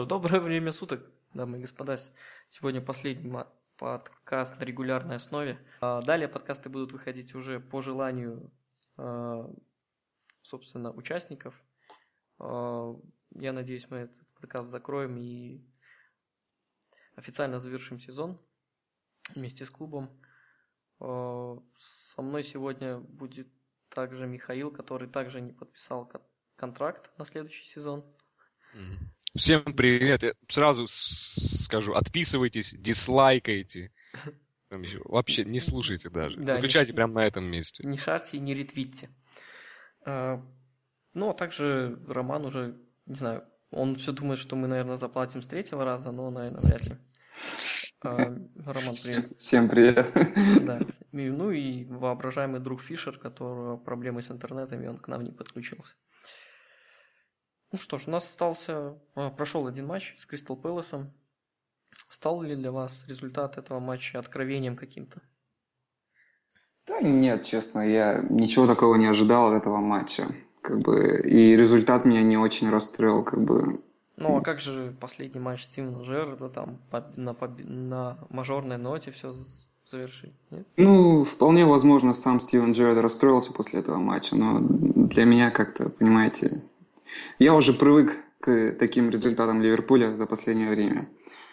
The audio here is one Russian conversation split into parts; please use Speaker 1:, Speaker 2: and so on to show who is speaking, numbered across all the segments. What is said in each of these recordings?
Speaker 1: что, доброе время суток, дамы и господа. Сегодня последний подкаст на регулярной основе. Далее подкасты будут выходить уже по желанию, собственно, участников. Я надеюсь, мы этот подкаст закроем и официально завершим сезон вместе с клубом. Со мной сегодня будет также Михаил, который также не подписал контракт на следующий сезон.
Speaker 2: Всем привет. Я сразу скажу, отписывайтесь, дизлайкайте. Вообще не слушайте даже. Да, выключайте прямо на этом месте.
Speaker 1: Не шарьте и не ретвитьте. Ну, а также Роман уже, не знаю, он все думает, что мы, наверное, заплатим с третьего раза, но, наверное, вряд ли. Роман, привет.
Speaker 3: Всем привет.
Speaker 1: Да. Ну и воображаемый друг Фишер, у которого проблемы с интернетом, и он к нам не подключился. Ну что ж, у нас прошел один матч с Кристал Пэласом. Стал ли для вас результат этого матча откровением каким-то?
Speaker 3: Да нет, честно, я ничего такого не ожидал от этого матча. И результат меня не очень расстроил,
Speaker 1: Ну а как же последний матч Стивена Джерарда, там на мажорной ноте все завершить, нет?
Speaker 3: Ну, вполне возможно, сам Стивен Джерард расстроился после этого матча, но для меня как-то, понимаете, я уже привык к таким результатам Ливерпуля за последнее время.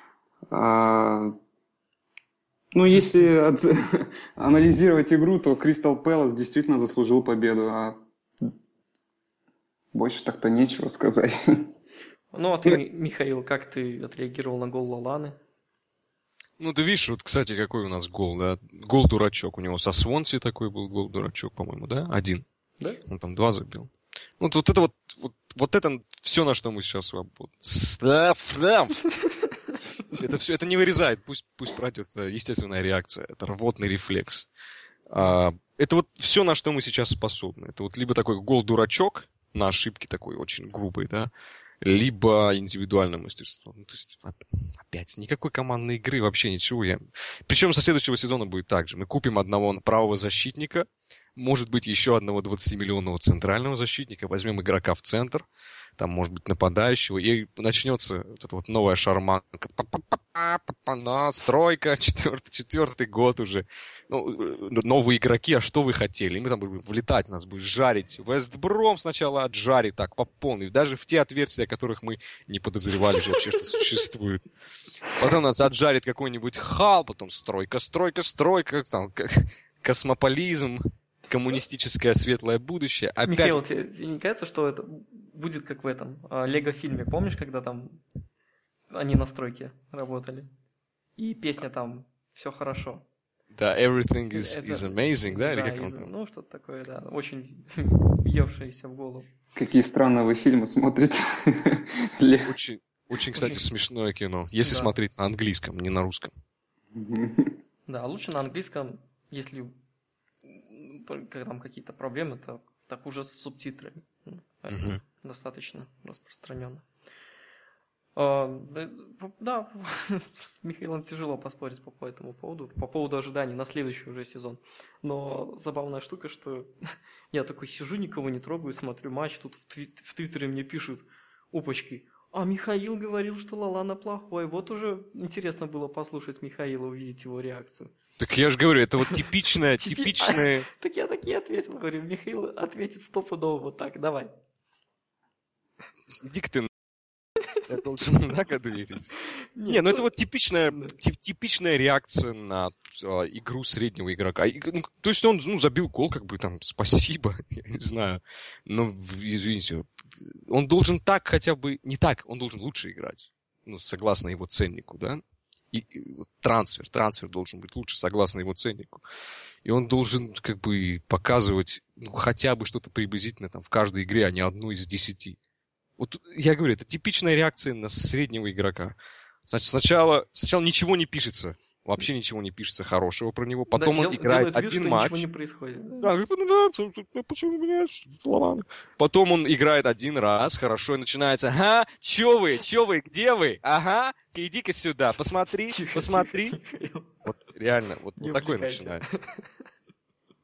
Speaker 3: Ну, если анализировать игру, то Кристал Пэлас действительно заслужил победу, а больше так-то нечего сказать.
Speaker 1: Ну, а ты, Михаил, как ты отреагировал на гол Лаланы?
Speaker 2: Ну, ты видишь, вот, кстати, какой у нас гол, да? Гол-дурачок. У него со Свонси такой был гол-дурачок, по-моему, да? Один.
Speaker 1: Да?
Speaker 2: Он там 2 забил. Вот это все, на что мы сейчас это все, это не вырезает, пусть пройдет, это естественная реакция, это рвотный рефлекс. Это вот все, на что мы сейчас способны. Это вот либо такой гол-дурачок на ошибке такой очень грубой, да, либо индивидуальное мастерство. Ну, то есть, опять, никакой командной игры, вообще ничего. Причем со следующего сезона будет так же. Мы купим одного правого защитника, может быть, еще одного 20-миллионного центрального защитника, возьмем игрока в центр, там, может быть, нападающего, и начнется вот эта вот новая шарманка. Стройка, четвертый год уже. Ну, новые игроки, а что вы хотели? И мы там будем влетать, нас будет жарить. Вестбром сначала отжарит так по полной, даже в те отверстия, о которых мы не подозревали же вообще, что существует. Потом нас отжарит какой-нибудь Хал, потом стройка, там, космополизм, коммунистическое светлое будущее. Опять...
Speaker 1: Михаил, тебе не кажется, что это будет как в этом Лего-фильме? Помнишь, когда там они на стройке работали? И песня там «Все хорошо».
Speaker 2: Да, everything is amazing, да? Или
Speaker 1: Да,
Speaker 2: как он там?
Speaker 1: ну, что-то такое, да. Очень въевшееся в голову.
Speaker 3: Какие странные вы фильмы смотрите.
Speaker 2: Очень, кстати, смешное кино. Если смотреть на английском, не на русском.
Speaker 1: Да, лучше на английском, если там какие-то проблемы, то так уже с субтитрами. Достаточно распространенно. Да, с Михаилом тяжело поспорить по этому поводу. По поводу ожиданий на следующий уже сезон. Но забавная штука, что я такой сижу, никого не трогаю, смотрю матч, тут в Твиттере мне пишут: опачки, а Михаил говорил, что Лалана плохой. Вот уже интересно было послушать Михаила, увидеть его реакцию.
Speaker 2: Так я же говорю, это вот типичное...
Speaker 1: Так я так и ответил, говорю, Михаил ответит стопудово вот так, давай.
Speaker 2: Иди-ка ты, я должен так ответить. Не, ну это вот типичная реакция на игру среднего игрока. То есть он забил гол, как бы там, спасибо, я не знаю. Но, извините, он должен так хотя бы... Не так, он должен лучше играть. Ну, согласно его ценнику, да? И трансфер должен быть лучше, согласно его ценнику. И он должен как бы показывать хотя бы что-то приблизительно там в каждой игре, а не одну из 10. Вот я говорю, это типичная реакция на среднего игрока. Значит, сначала ничего не пишется. Вообще ничего не пишется хорошего про него. Потом он играет один матч.
Speaker 1: Ничего не происходит.
Speaker 2: Да, почему нет? Ладно. Потом он играет один раз, хорошо, и начинается: ага, чё вы, где вы? Ага, иди-ка сюда, посмотри.
Speaker 1: Тихо.
Speaker 2: Вот реально, вот такое начинается.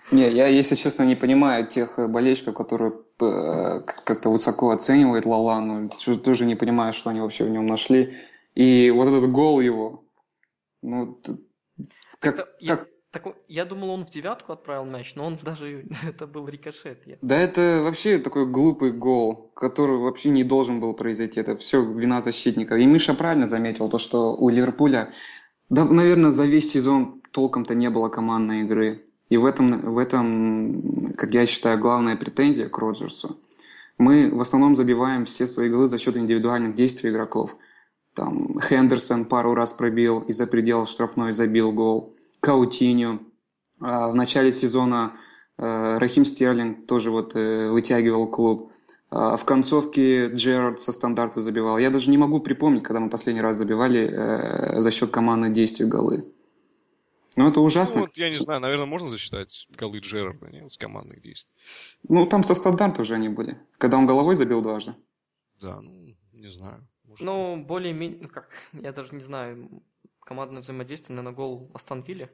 Speaker 3: Не, я, если честно, не понимаю тех болельщиков, которые как-то высоко оценивают Лалану. Тоже не понимаю, что они вообще в нем нашли. И вот этот гол его, ну,
Speaker 1: Так-то
Speaker 3: как...
Speaker 1: я думал, он в девятку отправил мяч, но он даже это был рикошет.
Speaker 3: Да это вообще такой глупый гол, который вообще не должен был произойти. Это все вина защитника. И Миша правильно заметил то, что у Ливерпуля, да, наверное, за весь сезон толком-то не было командной игры. И в этом, как я считаю, главная претензия к Роджерсу. Мы в основном забиваем все свои голы за счет индивидуальных действий игроков. Там Хендерсон пару раз пробил из-за пределов штрафной, забил гол. Каутиньо. В начале сезона Рахим Стерлинг тоже вот вытягивал клуб. В концовке Джерард со стандарта забивал. Я даже не могу припомнить, когда мы последний раз забивали за счет командных действий голы. Ну, это ужасно.
Speaker 2: Ну, вот, я не знаю, наверное, можно засчитать голы Джерарда, нет, с командных действий.
Speaker 3: Ну, там со стандарта уже они были. Когда он головой забил дважды.
Speaker 2: Да, ну, не знаю. Может,
Speaker 1: Ну, более-менее, ну как, я даже не знаю, командное взаимодействие, наверное, гол Астон Вилле.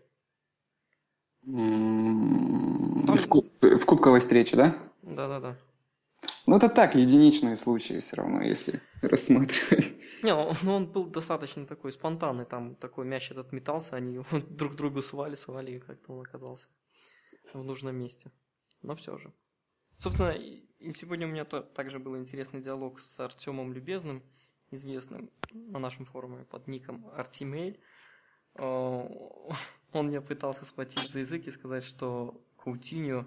Speaker 1: Там-
Speaker 3: В кубковой встрече, да?
Speaker 1: Да-да-да.
Speaker 3: Ну, это так, единичные случаи все равно, если рассматривать.
Speaker 1: Не, он был достаточно такой спонтанный, там такой мяч этот метался, они его друг другу свали, и как-то он оказался в нужном месте. Но все же. Собственно, и сегодня у меня также был интересный диалог с Артемом Любезным, известным на нашем форуме под ником Артимейль. Он меня пытался схватить за язык и сказать, что Каутиньо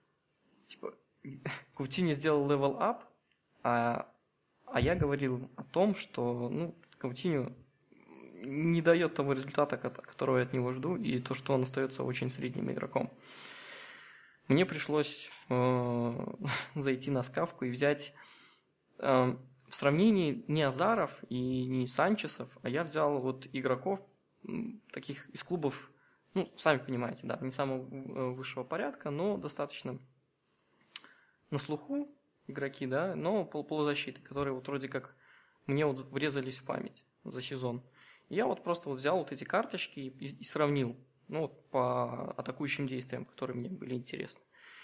Speaker 1: сделал level up, а я говорил о том, что Каутиньо не дает того результата, которого я от него жду, и то, что он остается очень средним игроком. Мне пришлось зайти на скавку и взять в сравнении не Азаров и не Санчесов, а я взял вот игроков таких из клубов, сами понимаете, да, не самого высшего порядка, но достаточно на слуху игроки, да, но полузащиты, которые вот вроде как мне вот врезались в память за сезон. И я вот просто вот взял вот эти карточки и сравнил, по атакующим действиям, которые мне были интересны.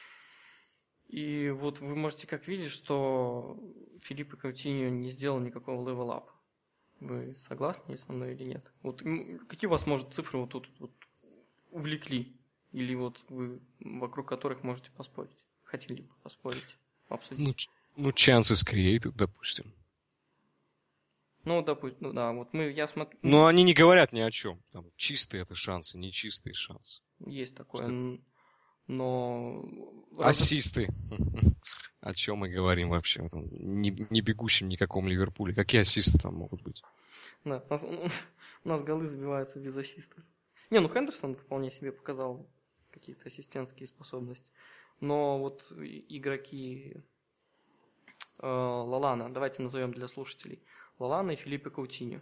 Speaker 1: И вот вы можете как видеть, что Филиппо Каутиньо не сделал никакого левел-ап. Вы согласны со мной или нет? Вот какие у вас, может, цифры вот тут вот увлекли? Или вот вы вокруг которых можете поспорить? Хотели бы поспорить, обсудить?
Speaker 2: Ну, chances created, допустим.
Speaker 1: Допустим, да, вот я смотрю...
Speaker 2: Но они не говорят ни о чем. Там, чистые это шансы, нечистые шансы.
Speaker 1: Есть такое, но...
Speaker 2: Ассисты. О чем мы говорим вообще? Не бегущим никаком Ливерпуле. Какие ассисты там могут быть?
Speaker 1: Да, у нас голы забиваются без ассистов. Хендерсон вполне себе показал какие-то ассистентские способности. Но вот игроки Лалана, давайте назовем для слушателей, Лалана и Филиппо Каутиньо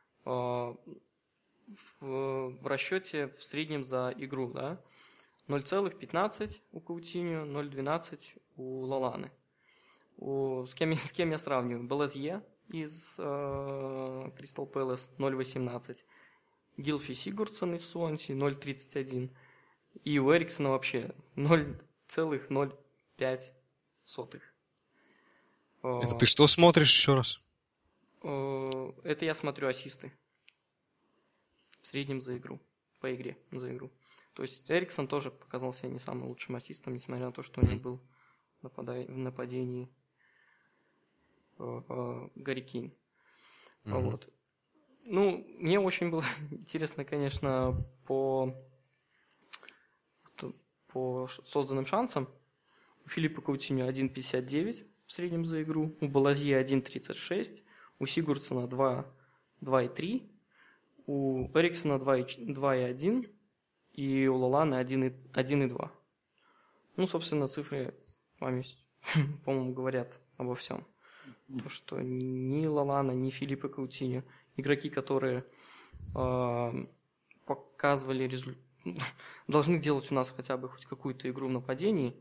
Speaker 1: в расчете в среднем за игру, да, 0,15 у Каутиньо, 0,12 у Лаланы. С кем я сравниваю? Белазье из Кристал Пэлас 0,18, Гилфи Сигурдсон из Суонси 0,31 и у Эриксона вообще 0,05.
Speaker 2: Это ты что смотришь еще раз?
Speaker 1: Это я смотрю ассисты. В среднем за игру. По игре за игру. То есть Эриксон тоже показал себя не самым лучшим ассистом, несмотря на то, что у него был в нападении Гарри Кейн. Вот. Мне очень было интересно, конечно, по созданным шансам. У Филиппа Каутиньо 1,59 в среднем за игру, у Балазье 1,36, у Сигурдсона 2,3, у Эриксона 2,1 и у Лаланы 1,2. Собственно, цифры вами, по-моему, говорят обо всем. То, что ни Лалана, ни Филиппо Каутиньо, игроки, которые показывали результат, должны делать у нас хотя бы хоть какую-то игру в нападении,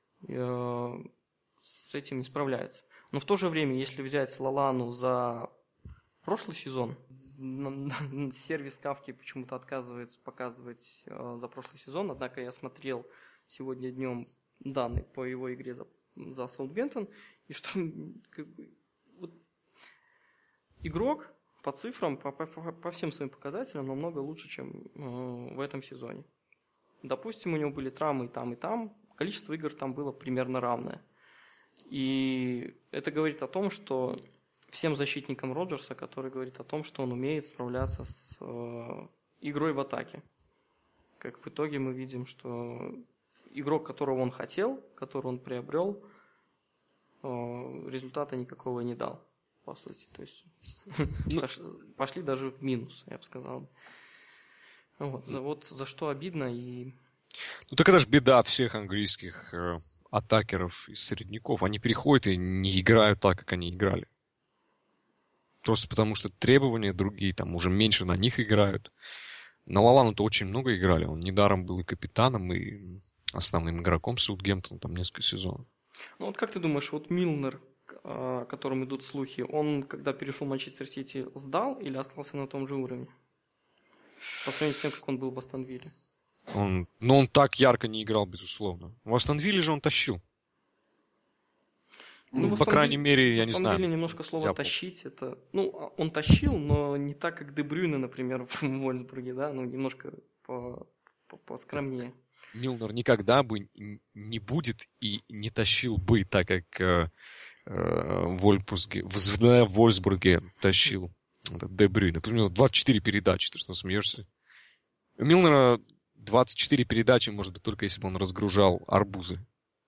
Speaker 1: с этим не справляется. Но в то же время, если взять Лалану за прошлый сезон, сервис Кавки почему-то отказывается показывать за прошлый сезон, однако я смотрел сегодня днем данные по его игре за Саутгемптон, и что как бы, вот, игрок по цифрам, по всем своим показателям намного лучше, чем в этом сезоне. Допустим, у него были травмы и там, количество игр там было примерно равное. И это говорит о том, что всем защитникам Роджерса, который говорит о том, что он умеет справляться с игрой в атаке. Как в итоге мы видим, что игрок, которого он хотел, которого он приобрел, результата никакого не дал, по сути. То есть пошли даже в минус, я бы сказал. Вот за что обидно. И...
Speaker 2: Ну так это же беда всех английских атакеров и средняков. Они переходят и не играют так, как они играли. Просто потому что требования другие, там уже меньше на них играют. На Лалану-то очень много играли. Он недаром был и капитаном, и основным игроком Саутгемптона там несколько сезонов.
Speaker 1: Ну вот как ты думаешь, вот Милнер, о котором идут слухи, он, когда перешел в Манчестер Сити, сдал или остался на том же уровне? По сравнению с тем, как он был в Астон Вилле.
Speaker 2: Он так ярко не играл, безусловно. В Астон Вилле же он тащил. По крайней мере, я не знаю. В Астон Вилле
Speaker 1: немножко слово «тащить» это... Ну, он тащил, но не так, как Де Брюйне, например, в Вольфсбурге, да? Ну, немножко поскромнее.
Speaker 2: Милнер никогда бы не будет и не тащил бы так, как в Вольфсбурге тащил Де Брюйне. Например, 24 передачи, ты что, смеешься? У Милнера 24 передачи, может быть, только если бы он разгружал арбузы.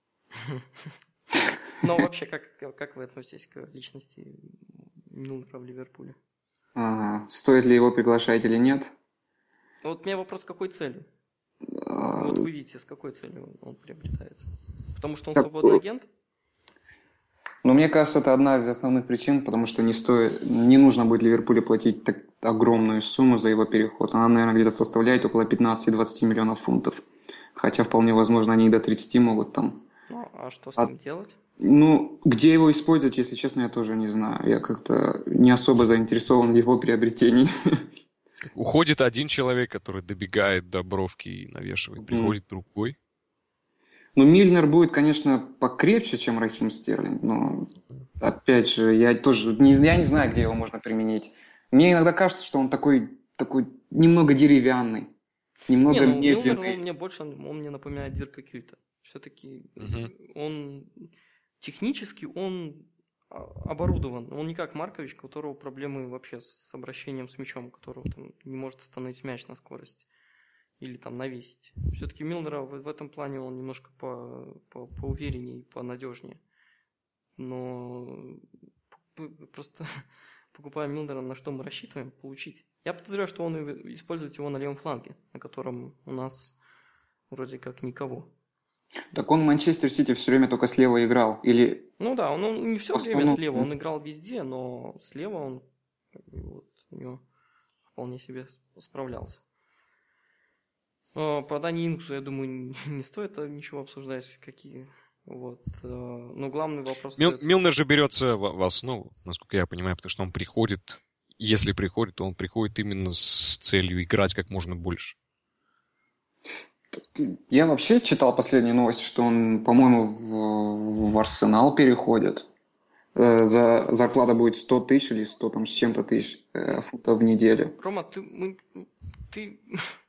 Speaker 1: Но вообще, как вы относитесь к личности Милнера в Ливерпуле?
Speaker 3: Стоит ли его приглашать или нет?
Speaker 1: Вот у меня вопрос, с какой целью? Вот вы видите, с какой целью он приобретается? Потому что он свободный агент?
Speaker 3: Ну, мне кажется, это одна из основных причин, потому что не нужно будет Ливерпулю платить так огромную сумму за его переход. Она, наверное, где-то составляет около 15-20 миллионов фунтов. Хотя, вполне возможно, они и до 30 могут там.
Speaker 1: Ну, а что с ним делать?
Speaker 3: Ну, где его использовать, если честно, я тоже не знаю. Я как-то не особо заинтересован в его приобретении.
Speaker 2: Уходит один человек, который добегает до бровки и навешивает. Приходит другой.
Speaker 3: Ну, Мильнер будет, конечно, покрепче, чем Рахим Стерлинг, но, опять же, я не знаю, где его можно применить. Мне иногда кажется, что он такой немного деревянный, немного медленный.
Speaker 1: Он мне напоминает Дирка Кьюита. Все-таки он технически оборудован. Он не как Маркович, у которого проблемы вообще с обращением с мячом, у которого там не может остановить мяч на скорости. Или там навесить. Все-таки Милнера в этом плане он немножко поувереннее и понадежнее. Но просто покупая Милнера, на что мы рассчитываем получить. Я подозреваю, что он использует его на левом фланге, на котором у нас вроде как никого.
Speaker 3: Так он в Манчестер Сити все время только слева играл? Или...
Speaker 1: Ну да, он не все время слева, он играл везде, но слева он у него вполне себе справлялся. По Дани Инксу, я думаю, не стоит ничего обсуждать, какие. Вот. Но главный вопрос...
Speaker 2: Милнер же берется в основу, насколько я понимаю, потому что он приходит, если приходит, то он приходит именно с целью играть как можно больше.
Speaker 3: Я вообще читал последние новости, что он, по-моему, в Арсенал переходит. Зарплата будет 100 тысяч или 100 там, с чем-то тысяч фунтов в неделю.
Speaker 1: Рома, ты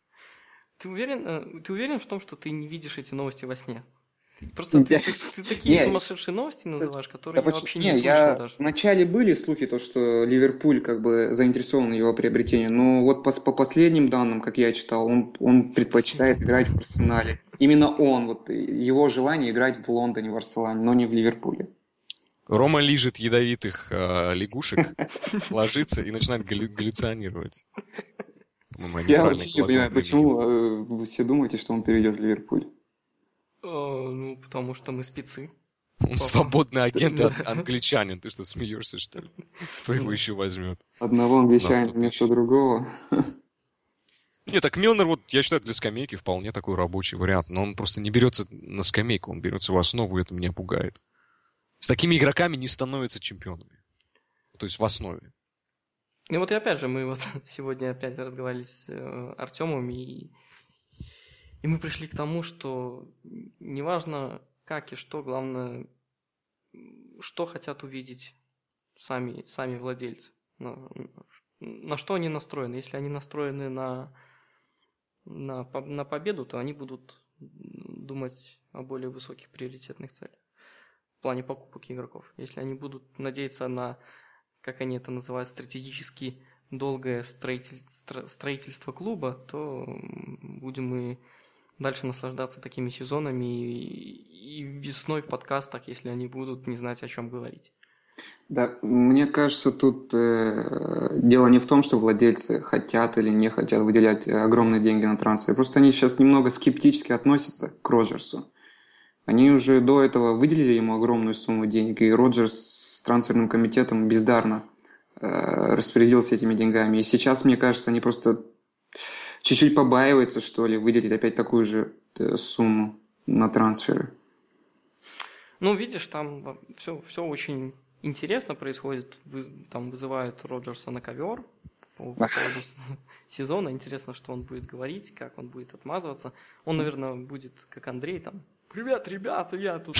Speaker 1: уверен в том, что ты не видишь эти новости во сне? Просто ты такие сумасшедшие новости называешь, которые я вообще не слышал даже.
Speaker 3: Вначале были слухи, что Ливерпуль как бы заинтересован в его приобретении, но вот по последним данным, как я читал, он предпочитает играть в Арсенале. Именно его желание играть в Лондоне, в Арсенале, но не в Ливерпуле.
Speaker 2: Рома лижет ядовитых лягушек, ложится и начинает галлюционировать.
Speaker 3: Я вообще не понимаю, почему вы все думаете, что он перейдет в Ливерпуль?
Speaker 1: Ну, потому что мы спецы.
Speaker 2: Он свободный агент и англичанин. Ты что, смеешься, что ли? Кто его еще возьмет?
Speaker 3: Одного англичанина вместо другого.
Speaker 2: Нет, так Милнер, я считаю, для скамейки вполне такой рабочий вариант. Но он просто не берется на скамейку, он берется в основу, и это меня пугает. С такими игроками не становятся чемпионами. То есть в основе.
Speaker 1: И вот и опять же, мы вот сегодня опять разговаривали с Артемом, и мы пришли к тому, что неважно как и что, главное, что хотят увидеть сами владельцы. На что они настроены. Если они настроены на победу, то они будут думать о более высоких приоритетных целях в плане покупок игроков. Если они будут надеяться на, как они это называют, стратегически долгое строительство клуба, то будем мы дальше наслаждаться такими сезонами и весной в подкастах, если они будут не знать, о чем говорить.
Speaker 3: Да, мне кажется, тут дело не в том, что владельцы хотят или не хотят выделять огромные деньги на трансфер. Просто они сейчас немного скептически относятся к Роджерсу. Они уже до этого выделили ему огромную сумму денег, и Роджерс с трансферным комитетом бездарно распорядился этими деньгами. И сейчас, мне кажется, они просто чуть-чуть побаиваются, что ли, выделить опять такую же сумму на трансферы.
Speaker 1: Ну, видишь, там все очень интересно происходит. Там вызывают Роджерса на ковер по поводу сезона. Интересно, что он будет говорить, как он будет отмазываться. Он, наверное, будет, как Андрей, там: «Привет, ребята, я тут...»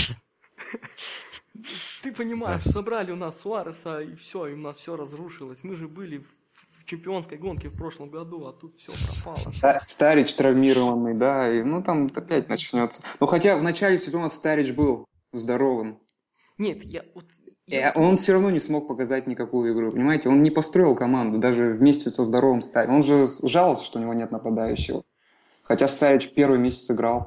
Speaker 1: Ты понимаешь, собрали у нас Суареса, и все, и у нас все разрушилось. Мы же были в чемпионской гонке в прошлом году, а тут все пропало.
Speaker 3: Старич травмированный, да, и там опять начнется. Но хотя в начале сезона Старич был здоровым.
Speaker 1: Нет,
Speaker 3: он все равно не смог показать никакую игру, понимаете? Он не построил команду, даже вместе со здоровым Старичем. Он же жаловался, что у него нет нападающего. Хотя Старич первый месяц играл.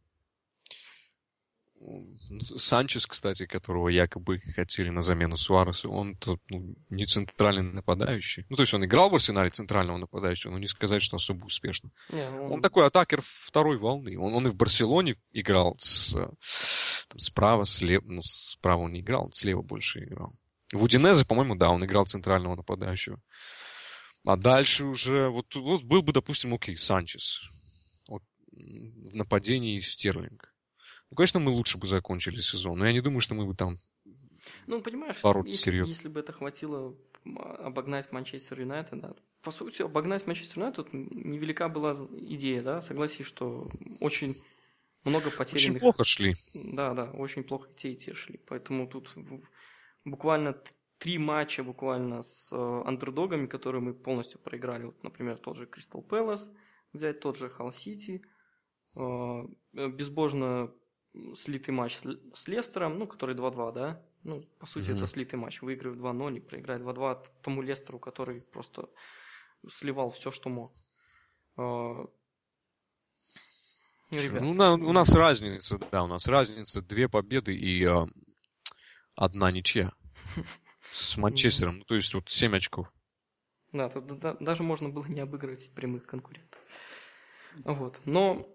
Speaker 2: Санчес, кстати, которого якобы хотели на замену Суаресу, он-то не центральный нападающий. То есть он играл в Арсенале центрального нападающего, но не сказать, что особо успешно. Он такой атакер второй волны. Он и в Барселоне играл справа, слева. Справа он не играл, слева больше играл. В Удинезе, по-моему, да, он играл центрального нападающего. А дальше уже... Вот был бы, допустим, окей, Санчес. В нападении Стерлинг. Конечно, мы лучше бы закончили сезон, но я не думаю, что мы бы там...
Speaker 1: понимаешь, если бы это хватило обогнать Манчестер Юнайтед, да. По сути, обогнать Манчестер Юнайтед невелика была идея, да, согласись, что очень много потерянных...
Speaker 2: Очень плохо шли.
Speaker 1: Да, очень плохо те шли, поэтому тут буквально 3 матча буквально с андердогами, которые мы полностью проиграли, вот, например, тот же Кристал Пэлас, взять тот же Халл Сити, безбожно слитый матч с Лестером, который 2-2, да? По сути, это слитый матч. Выигрывает 2-0 и проиграет 2-2 тому Лестеру, который просто сливал все, что мог. Ребят.
Speaker 2: У нас разница, да, у нас разница 2 победы и 1 ничья с Манчестером. То есть 7 очков.
Speaker 1: Да, тут даже можно было не обыгрывать прямых конкурентов. Но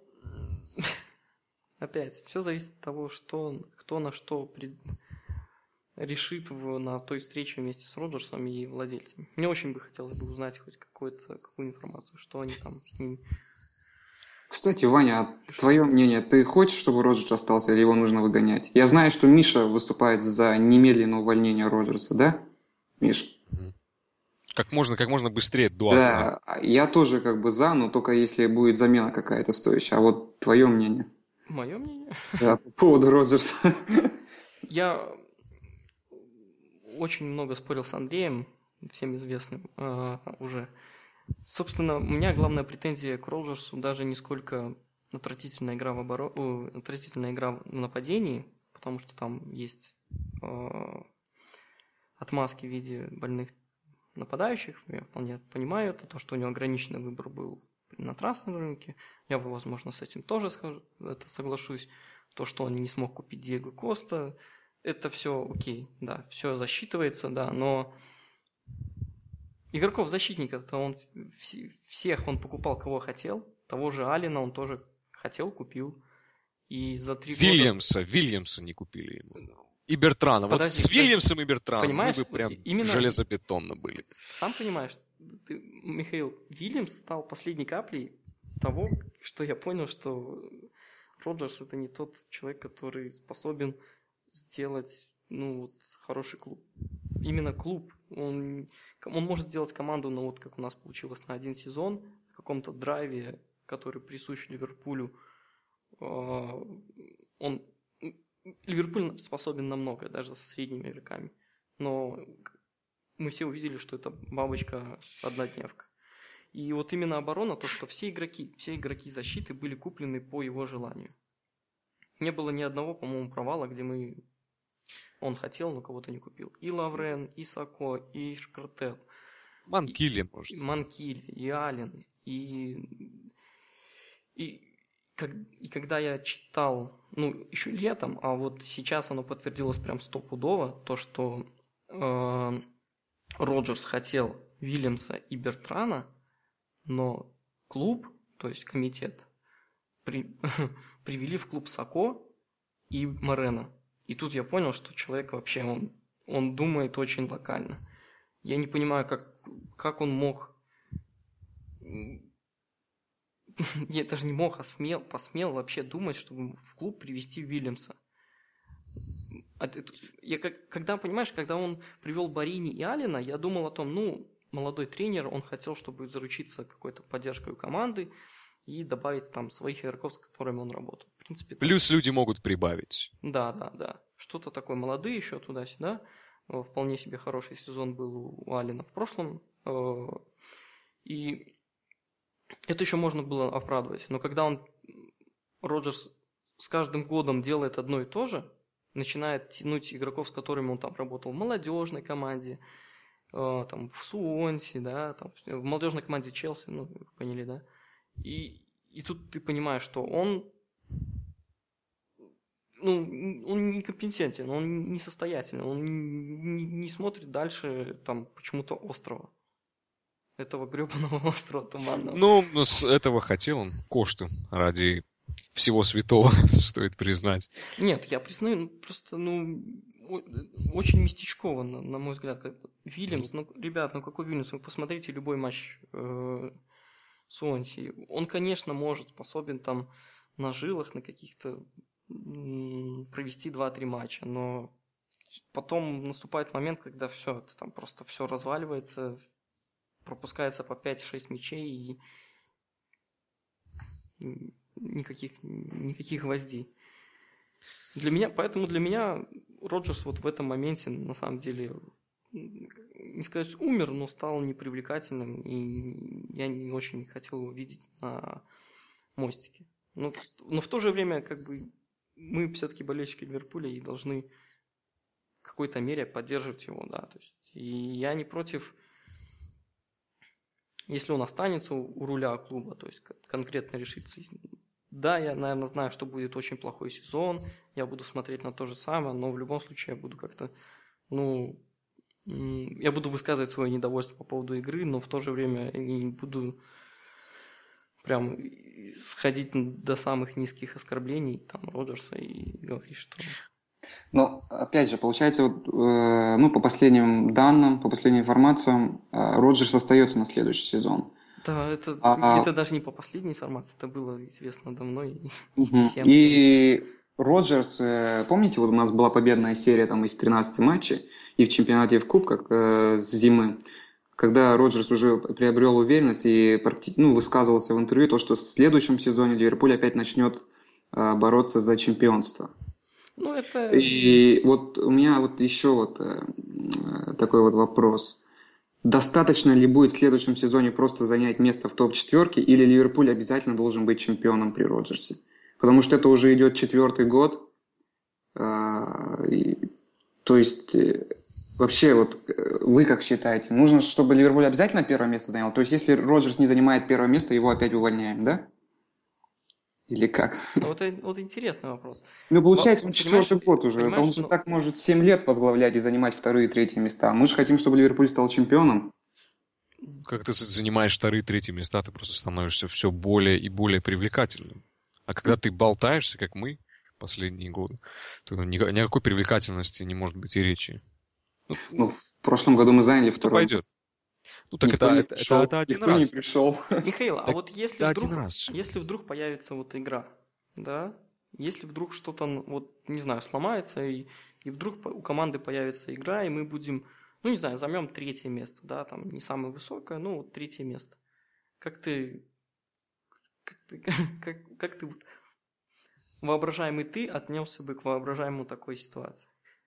Speaker 1: опять, все зависит от того, кто на что решит на той встрече вместе с Роджерсом и владельцами. Мне очень бы хотелось бы узнать хоть какую информацию, что они там с ним...
Speaker 3: Кстати, Ваня, твое мнение, ты хочешь, чтобы Роджерс остался, или его нужно выгонять? Я знаю, что Миша выступает за немедленное увольнение Роджерса, да, Миш?
Speaker 2: Как можно быстрее до
Speaker 3: Да, я тоже за, но только если будет замена какая-то стоящая. А вот твое мнение?
Speaker 1: Мое мнение?
Speaker 3: Да, по поводу Роджерса.
Speaker 1: Я очень много спорил с Андреем, всем известным уже. Собственно, у меня главная претензия к Роджерсу даже не сколько отвратительная игра в нападении, потому что там есть отмазки в виде больных нападающих, я вполне понимаю, это то, что у него ограниченный выбор был на трансферном рынке, я, возможно, с этим тоже соглашусь, то, что он не смог купить Диего Коста, это все окей, да, все засчитывается, да, но игроков-защитников-то он всех он покупал, кого хотел, того же Алина он тоже хотел, купил, и за 3 года...
Speaker 2: Вильямса не купили ему. И Бертрана. Подожди, с Вильямсом и Бертраном мы бы прям железобетонно были.
Speaker 1: Сам понимаешь, Михаил, Вильямс стал последней каплей того, что я понял, что Роджерс это не тот человек, который способен сделать хороший клуб. именно клуб, он может сделать команду, ну вот как у нас получилось на один сезон, в каком-то драйве, который присущ Ливерпулю. Ливерпуль способен на многое, даже со средними игроками. Но мы все увидели, что это бабочка однодневка. И вот именно оборона, то, что все игроки защиты были куплены по его желанию. Не было ни одного, по-моему, провала, где он хотел, но кого-то не купил. И Лаврен, и Сако, и Шкартел.
Speaker 2: Манкили, может.
Speaker 1: Манкили, и Аллен. И когда я читал, еще летом, а вот сейчас оно подтвердилось прям стопудово, то, что Роджерс хотел Вильямса и Бертрана, но клуб, то есть комитет, привели в клуб Сако и Морено. И тут я понял, что человек вообще, он думает очень локально. Я не понимаю, как он мог... Я даже не мог, посмел вообще думать, чтобы в клуб привести Вильямса. Когда он привел Барини и Аллена, я думал о том, молодой тренер, он хотел, чтобы заручиться какой-то поддержкой у команды и добавить там своих игроков, с которыми он работал. В принципе,
Speaker 2: плюс люди могут прибавить.
Speaker 1: Да. Что-то такое, молодые еще туда-сюда. Вполне себе хороший сезон был у Аллена в прошлом. И это еще можно было оправдывать. Но когда Роджерс с каждым годом делает одно и то же, начинает тянуть игроков, с которыми он там работал в молодежной команде, там в Суонси, да, там в молодежной команде Челси, вы поняли, да? И тут ты понимаешь, что он некомпетентен, он несостоятельный, он не смотрит дальше там почему-то острова. Этого гребаного острова туманного.
Speaker 2: С этого хотел он кошты ради всего святого, стоит признать.
Speaker 1: Нет, я признаю, просто, очень местечково, на мой взгляд. Вильямс, ребят, какой Вильямс? Вы посмотрите любой матч Суонси. Он, конечно, способен там на жилах, на каких-то провести 2-3 матча, но потом наступает момент, когда все, это там просто все разваливается, пропускается по 5-6 мячей и никаких гвоздей. Поэтому для меня Роджерс вот в этом моменте на самом деле, не сказать умер, но стал непривлекательным, и я не очень хотел его видеть на мостике. Но в то же время мы все-таки болельщики Ливерпуля и должны в какой-то мере поддерживать его, да. То есть, и я не против, если он останется у руля клуба, то есть конкретно решится. Да, я, наверное, знаю, что будет очень плохой сезон, я буду смотреть на то же самое, но в любом случае я буду как-то, я буду высказывать свое недовольство по поводу игры, но в то же время не буду прям сходить до самых низких оскорблений там Роджерса и говорить, что...
Speaker 3: Но, опять же, получается, по последним данным, по последним информациям, Роджерс остается на следующий сезон.
Speaker 1: Да, это даже не по последней информации, это было известно давно и всем.
Speaker 3: И Роджерс, помните, вот у нас была победная серия там из 13 матчей, и в чемпионате, и в кубках с зимы, когда Роджерс уже приобрел уверенность и высказывался в интервью, то, что в следующем сезоне Ливерпуль опять начнет бороться за чемпионство. И вот у меня еще такой вот вопрос. Достаточно ли будет в следующем сезоне просто занять место в топ-4, или Ливерпуль обязательно должен быть чемпионом при Роджерсе? Потому что это уже идет 4-й год. То есть, вообще, вот вы как считаете, нужно, чтобы Ливерпуль обязательно первое место занял? То есть, если Роджерс не занимает первое место, его опять увольняем, да? Или как?
Speaker 1: Вот интересный вопрос.
Speaker 3: Получается, он 4-й год уже. Он же так может 7 лет возглавлять и занимать 2-е и 3-е места. Мы же хотим, чтобы Ливерпуль стал чемпионом.
Speaker 2: Как ты занимаешь 2-е и 3-е места, ты просто становишься все более и более привлекательным. А когда ты болтаешься, как мы последние годы, то никакой привлекательности не может быть и речи.
Speaker 3: В прошлом году мы заняли 2-е.
Speaker 2: Пойдет. Так это один раз.
Speaker 3: Не пришел.
Speaker 1: Михаил, а вот если вдруг появится вот игра, да, если вдруг что-то, не знаю, сломается, и вдруг у команды появится игра, и мы будем Ну, не знаю, займем 3-е место, да, там не самое высокое, ну, 3-е место. Как ты вот воображаемый ты отнесся бы к воображаемому такой ситуации?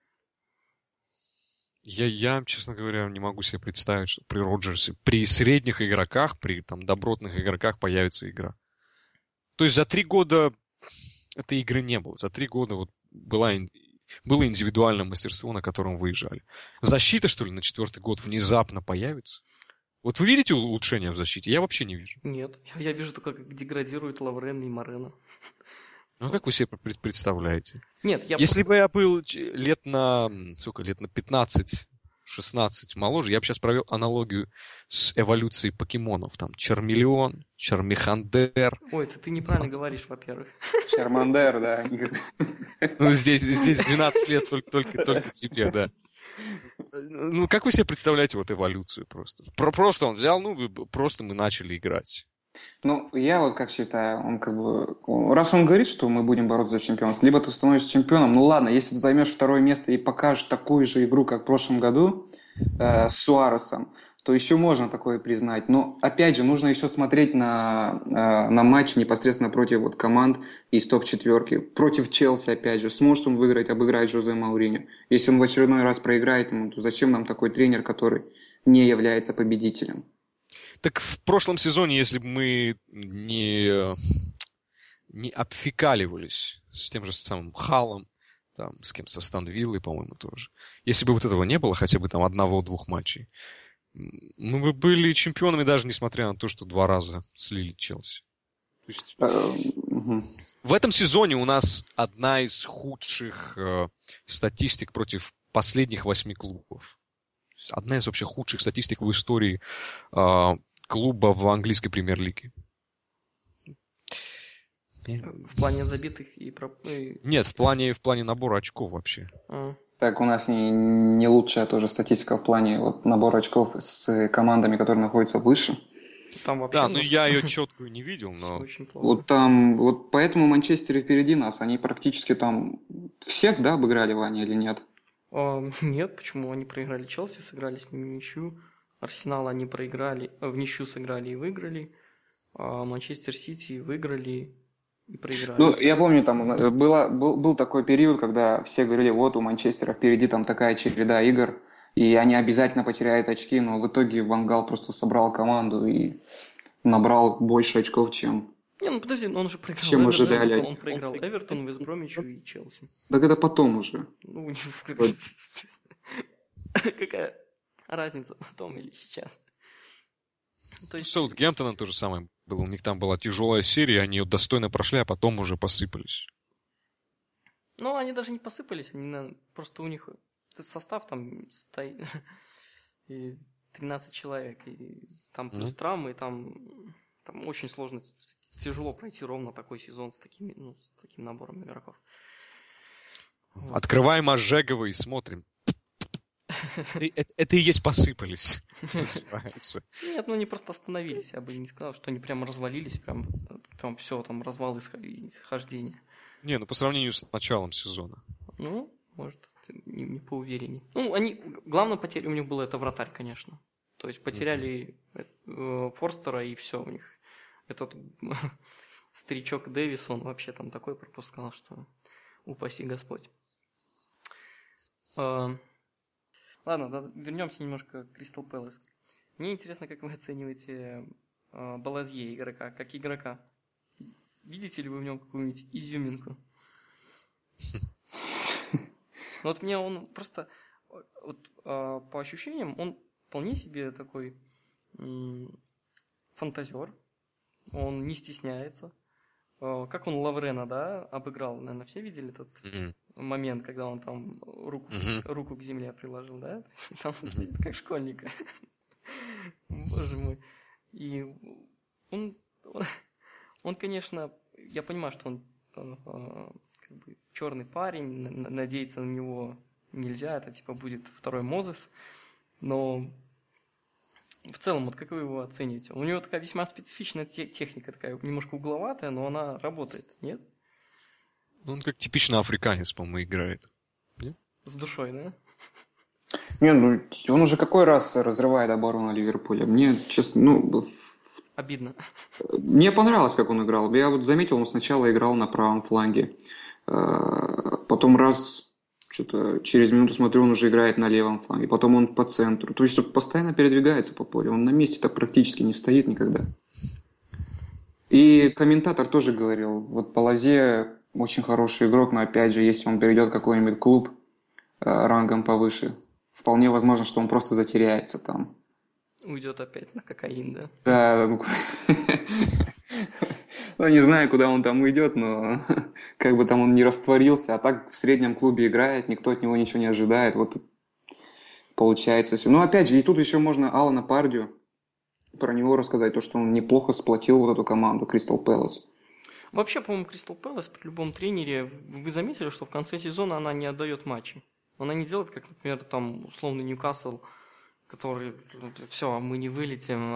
Speaker 2: Я, честно говоря, не могу себе представить, что при Роджерсе, при средних игроках, при там добротных игроках появится игра. То есть за 3 года этой игры не было. За 3 года вот было индивидуальное мастерство, на котором выезжали. Защита, что ли, на 4-й год внезапно появится? Вот вы видите улучшение в защите? Я вообще не вижу.
Speaker 1: Нет, я вижу только, как деградируют Лаврен и Морено.
Speaker 2: Ну, как вы себе представляете?
Speaker 1: Нет,
Speaker 2: Если бы я был лет на 15-16 моложе, я бы сейчас провел аналогию с эволюцией покемонов. Там Чармелеон, Чармихандер.
Speaker 1: Ой, ты неправильно говоришь, во-первых.
Speaker 3: Чармандер, да.
Speaker 2: Ну, здесь 12 лет только тебе, да. Ну, как вы себе представляете вот эволюцию просто? Просто он взял, просто мы начали играть.
Speaker 3: Ну, я вот как считаю, он как бы... Раз он говорит, что мы будем бороться за чемпионство, либо ты становишься чемпионом, ну ладно, если ты займешь 2-е место и покажешь такую же игру, как в прошлом году с Суаресом, то еще можно такое признать. Но, опять же, нужно еще смотреть на матч непосредственно против вот команд из топ-4. Против Челси, опять же. Сможет он выиграть, обыграть Жозе Мауриньо? Если он в очередной раз проиграет ему, то зачем нам такой тренер, который не является победителем?
Speaker 2: Так в прошлом сезоне, если бы мы не обфикаливались с тем же самым Халлом, там, с кем, со Астон Виллой, по-моему, тоже. Если бы вот этого не было, хотя бы там 1-2 матчей, мы бы были чемпионами, даже несмотря на то, что 2 раза слили Челси. То есть, в этом сезоне у нас одна из худших статистик против последних 8 клубов. Одна из вообще худших статистик в истории клуба в английской премьер-лиге.
Speaker 1: В плане забитых и...
Speaker 2: Нет, в плане набора очков вообще.
Speaker 3: Так, у нас не лучшая тоже статистика в плане вот, набора очков с командами, которые находятся выше.
Speaker 1: Там вообще
Speaker 2: да, ну я ее четкую не видел, но...
Speaker 1: Очень плохо.
Speaker 3: Вот там, вот поэтому Манчестер впереди нас. Они практически там всех, да, обыграли, Ваня, или нет?
Speaker 1: Нет, почему? Они проиграли Челси, сыграли с ними в ничью. Арсенал они проиграли, в ничью сыграли и выиграли. Манчестер Сити выиграли и проиграли.
Speaker 3: Ну, я помню, там был такой период, когда все говорили, вот у Манчестера впереди там такая череда игр, и они обязательно потеряют очки, но в итоге Ван Гал просто собрал команду и набрал больше очков, чем...
Speaker 1: Не, ну подожди, он же проиграл
Speaker 3: чем ожидали.
Speaker 1: Он проиграл Эвертон, Вест Бромичу и Челси.
Speaker 3: Так это потом уже.
Speaker 1: Ну, какая разница, потом или сейчас?
Speaker 2: То есть... С Саутгемптоном то же самое было. У них там была тяжелая серия, они ее достойно прошли, а потом уже посыпались.
Speaker 1: Ну, они даже не посыпались, просто у них состав там стоит 13 человек, и там плюс травмы, и там очень сложно, тяжело пройти ровно такой сезон с таким набором игроков.
Speaker 2: Открываем Ожегова и смотрим. Это и есть посыпались.
Speaker 1: Нет, ну они просто остановились. Я бы не сказал, что они прям развалились, прям все, там развал исхождения.
Speaker 2: Не, ну по сравнению с началом сезона.
Speaker 1: Ну, может, не поуверенней. Ну, главная потеря у них была это вратарь, конечно. То есть потеряли Форстера, и все у них. Этот старичок Дэвис, он вообще там такой пропускал, что упаси Господь. Ладно, вернемся немножко к Кристал Пэлас. Мне интересно, как вы оцениваете Балазье игрока, как игрока. Видите ли вы в нем какую-нибудь изюминку? Вот мне он просто... по ощущениям, он вполне себе такой фантазер. Он не стесняется. Как он Лаврена, да, обыграл. Наверное, все видели этот момент, когда он там руку к земле приложил, да? Там как школьника. Боже мой. И он, конечно, я понимаю, что он как бы черный парень, надеяться на него нельзя, это типа будет второй Мозес, но в целом, вот как вы его оцениваете? У него такая весьма специфичная техника, такая немножко угловатая, но она работает, нет?
Speaker 2: Он как типичный африканец, по-моему, играет.
Speaker 1: Нет? С душой, да?
Speaker 3: Не, ну он уже какой раз разрывает оборону Ливерпуля. Мне, честно,
Speaker 1: Обидно.
Speaker 3: мне понравилось, как он играл. Я вот заметил, он сначала играл на правом фланге. Потом раз, что-то через минуту смотрю, он уже играет на левом фланге. Потом он по центру. То есть он постоянно передвигается по полю. Он на месте-то практически не стоит никогда. И комментатор тоже говорил, вот Палазе очень хороший игрок, но опять же, если он перейдет в какой-нибудь клуб рангом повыше, вполне возможно, что он просто затеряется там.
Speaker 1: Уйдет опять на кокаин, да?
Speaker 3: Да, ну, не знаю, куда он там уйдет, но как бы там он не растворился, а так в среднем клубе играет, никто от него ничего не ожидает, вот получается все. Ну, опять же, и тут еще можно Алана Пардию, про него рассказать, то, что он неплохо сплотил вот эту команду Кристал Пэлас.
Speaker 1: Вообще, по-моему, Кристал Пэлас при любом тренере, вы заметили, что в конце сезона она не отдает матчи? Она не делает, как, например, там, условный Ньюкасл, который, все, мы не вылетим,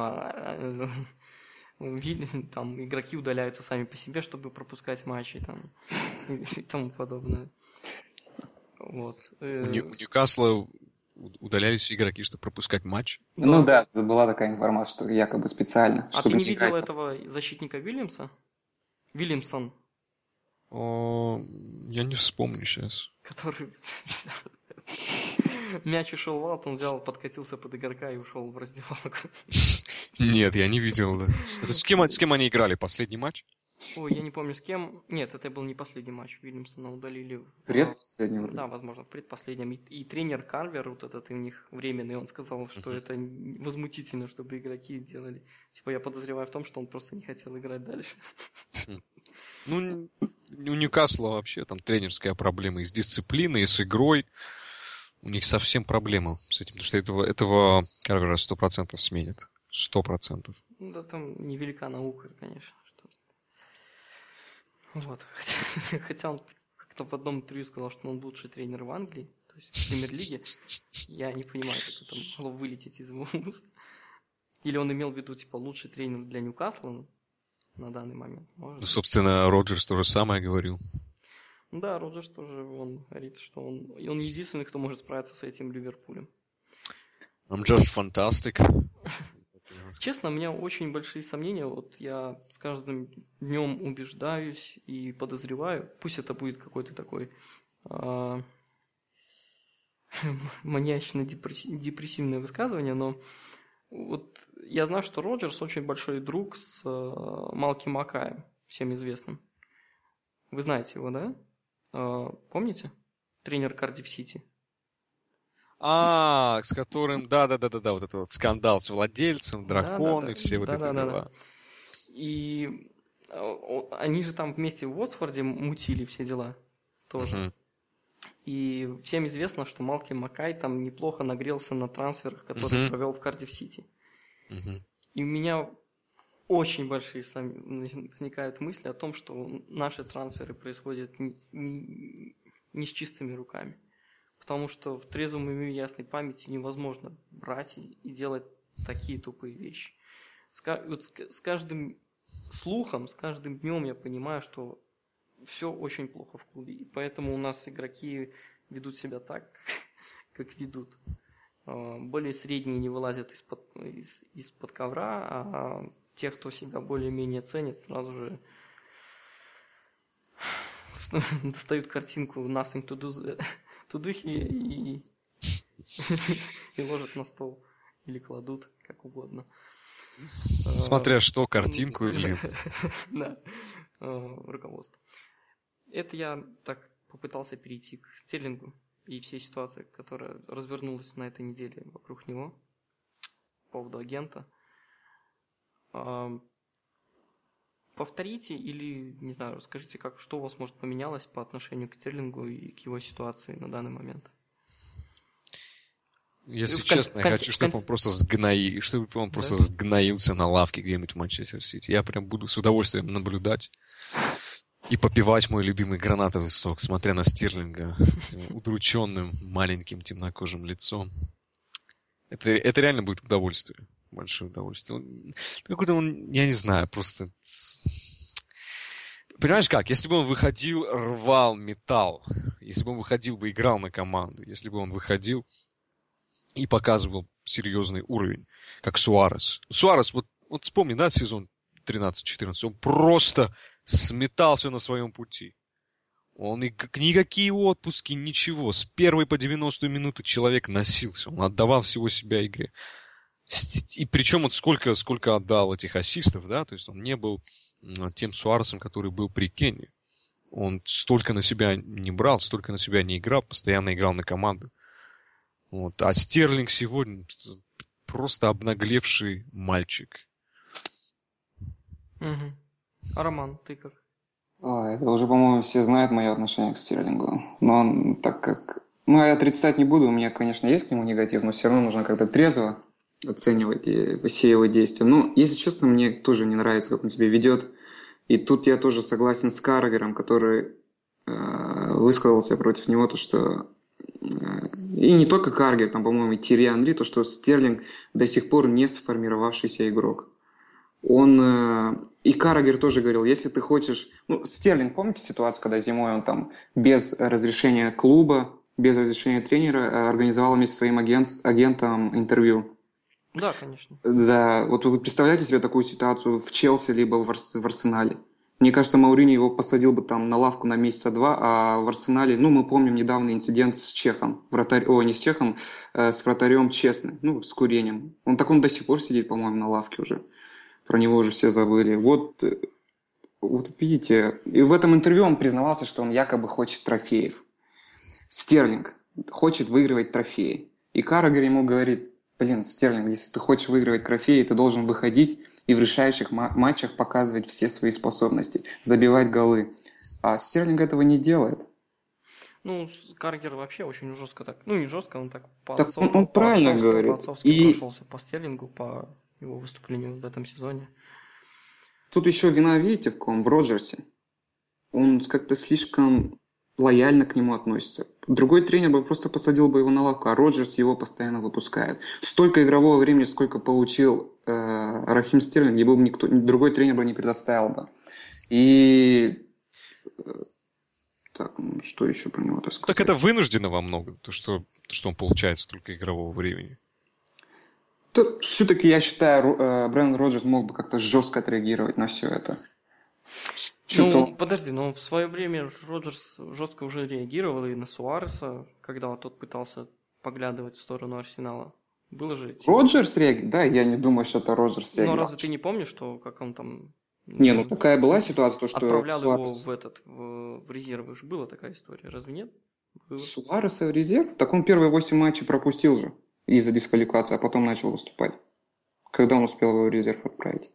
Speaker 1: там игроки удаляются сами по себе, чтобы пропускать матчи там, и тому подобное. Вот.
Speaker 2: У Ньюкасла удалялись игроки, чтобы пропускать матч?
Speaker 3: Ну да, была такая информация, что якобы специально.
Speaker 1: А ты не видел этого защитника Вильямсон?
Speaker 2: Я не вспомню сейчас.
Speaker 1: Который мяч ушел в аут, он взял, подкатился под игрока и ушел в раздевалку.
Speaker 2: Нет, я не видел, да. Это с кем они играли? Последний матч?
Speaker 1: Ой, я не помню с кем. Нет, это был не последний матч. Вильямсона удалили.
Speaker 3: Предпоследний.
Speaker 1: Да, возможно, в предпоследнем. И тренер Карвер, вот этот у них временный, он сказал, что это возмутительно, чтобы игроки делали. Типа, я подозреваю в том, что он просто не хотел играть дальше.
Speaker 2: Ну, у Ньюкасла вообще там тренерская проблема и с дисциплиной, и с игрой. У них совсем проблема с этим, потому что этого Карвера 100% сменят. 100%.
Speaker 1: Ну, да там невелика наука, конечно. Вот. Хотя он как-то в одном интервью сказал, что он лучший тренер в Англии, то есть в премьер-лиге. Я не понимаю, как это могло вылететь из его уст. Или он имел в виду, типа, лучший тренер для Ньюкасла на данный момент.
Speaker 2: Может. Собственно, Роджерс то же самое говорил.
Speaker 1: Да, Роджерс тоже, он говорит, что он единственный, кто может справиться с этим Ливерпулем.
Speaker 2: I'm just fantastic.
Speaker 1: Честно, у меня очень большие сомнения. Вот я с каждым днем убеждаюсь и подозреваю. Пусть это будет какой-то такой маньячно-депрессивное высказывание, но вот я знаю, что Роджерс очень большой друг с Малки Макаем, всем известным. Вы знаете его, да? Помните? Тренер Кардифф Сити.
Speaker 2: С которым, да, вот этот вот скандал с владельцем, драконы, все вот эти дела.
Speaker 1: Да. И они же там вместе в Уотфорде мутили все дела тоже. И всем известно, что Малки Макай там неплохо нагрелся на трансферах, которые провел в Кардифф Сити. И у меня очень большие возникают мысли о том, что наши трансферы происходят не с чистыми руками. Потому что в трезвом уме и ясной памяти невозможно брать и делать такие тупые вещи. С каждым слухом, с каждым днем я понимаю, что все очень плохо в клубе. И поэтому у нас игроки ведут себя так, как ведут. Более средние не вылазят из-под ковра, а те, кто себя более-менее ценит, сразу же достают картинку Nothing to do и ложат на стол. Или кладут, как угодно.
Speaker 2: Смотря что, картинку или...
Speaker 1: Да, руководство. Это я так попытался перейти к Стерлингу и всей ситуации, которая развернулась на этой неделе вокруг него по поводу агента. Повторите или, не знаю, расскажите, что у вас, может, поменялось по отношению к Стерлингу и к его ситуации на данный момент.
Speaker 2: Если честно, я хочу, чтобы он просто сгноился на лавке где-нибудь в Манчестер Сити. Я прям буду с удовольствием наблюдать и попивать мой любимый гранатовый сок, смотря на Стерлинга с удрученным маленьким темнокожим лицом. Это реально будет удовольствие. Большое удовольствие. Какой-то он, я не знаю, просто... Понимаешь как? Если бы он выходил, рвал металл, если бы он выходил бы, играл на команду, если бы он выходил, и показывал серьезный уровень, как Суарес. Суарес, вот вспомни, да, сезон 13-14, он просто сметал все на своем пути. Он никакие отпуски, ничего. С первой по 90-ю минуту человек носился. Он отдавал всего себя игре. И причем вот сколько отдал этих ассистов, да, то есть он не был тем Суаресом, который был при Кенне. Он столько на себя не брал, столько на себя не играл, постоянно играл на команду. Вот. А Стерлинг сегодня просто обнаглевший мальчик.
Speaker 1: Угу. А Роман, ты как?
Speaker 3: Это уже, по-моему, все знают мое отношение к Стерлингу. Но он, так как... я отрицать не буду, у меня, конечно, есть к нему негатив, но все равно нужно как-то трезво оценивать все его действия. Но, если честно, мне тоже не нравится, как он себя ведет. И тут я тоже согласен с Каррагером, который высказался против него, то что... И не только Каррагер, там, по-моему, и Тьерри Анри, то, что Стерлинг до сих пор не сформировавшийся игрок. И Каррагер тоже говорил, если ты хочешь... Стерлинг, помните ситуацию, когда зимой он там без разрешения клуба, без разрешения тренера организовал вместе со своим агентом интервью?
Speaker 1: Да, конечно.
Speaker 3: Да, вот вы представляете себе такую ситуацию в Челси либо в Арсенале? Мне кажется, Мауриньо его посадил бы там на лавку на месяца два, а в Арсенале, мы помним недавний инцидент с чехом, с вратарем Честным, с Курением. Он до сих пор сидит, по-моему, на лавке уже. Про него уже все забыли. Вот видите, и в этом интервью он признавался, что он якобы хочет трофеев. Стерлинг хочет выигрывать трофеи. И Каррагер ему говорит, Стерлинг, если ты хочешь выигрывать трофеи, ты должен выходить и в решающих матчах показывать все свои способности, забивать голы. А Стерлинг этого не делает.
Speaker 1: Каррагер вообще очень жестко так. Не жестко, он так
Speaker 3: он правильно говорит.
Speaker 1: По-отцовски прошелся по Стерлингу, по его выступлению в этом сезоне.
Speaker 3: Тут еще вина, видите, в ком? В Роджерсе. Он как-то слишком лояльно к нему относится. Другой тренер бы просто посадил бы его на лавку, а Роджерс его постоянно выпускает. Столько игрового времени, сколько получил Рахим Стерлинг, ему бы другой тренер бы не предоставил бы. И... Так, что еще про него сказать?
Speaker 2: Так это вынуждено во многом, то, что он получает столько игрового времени.
Speaker 3: Все-таки, я считаю, Брендан Роджерс мог бы как-то жестко отреагировать на все это.
Speaker 1: Подожди, в свое время Роджерс жестко уже реагировал и на Суареса, когда тот пытался поглядывать в сторону Арсенала. Было же...
Speaker 3: Роджерс реагировал? Да, я не думаю, что это Роджерс реагировал.
Speaker 1: Но разве ты не помнишь, что как он там...
Speaker 3: такая была ситуация, что
Speaker 1: отправлял
Speaker 3: Суарес...
Speaker 1: его в резервы. Уж была такая история, разве нет? Было.
Speaker 3: Суареса в резерв? Так он первые 8 матчей пропустил же из-за дисквалификации, а потом начал выступать. Когда он успел его в резерв отправить?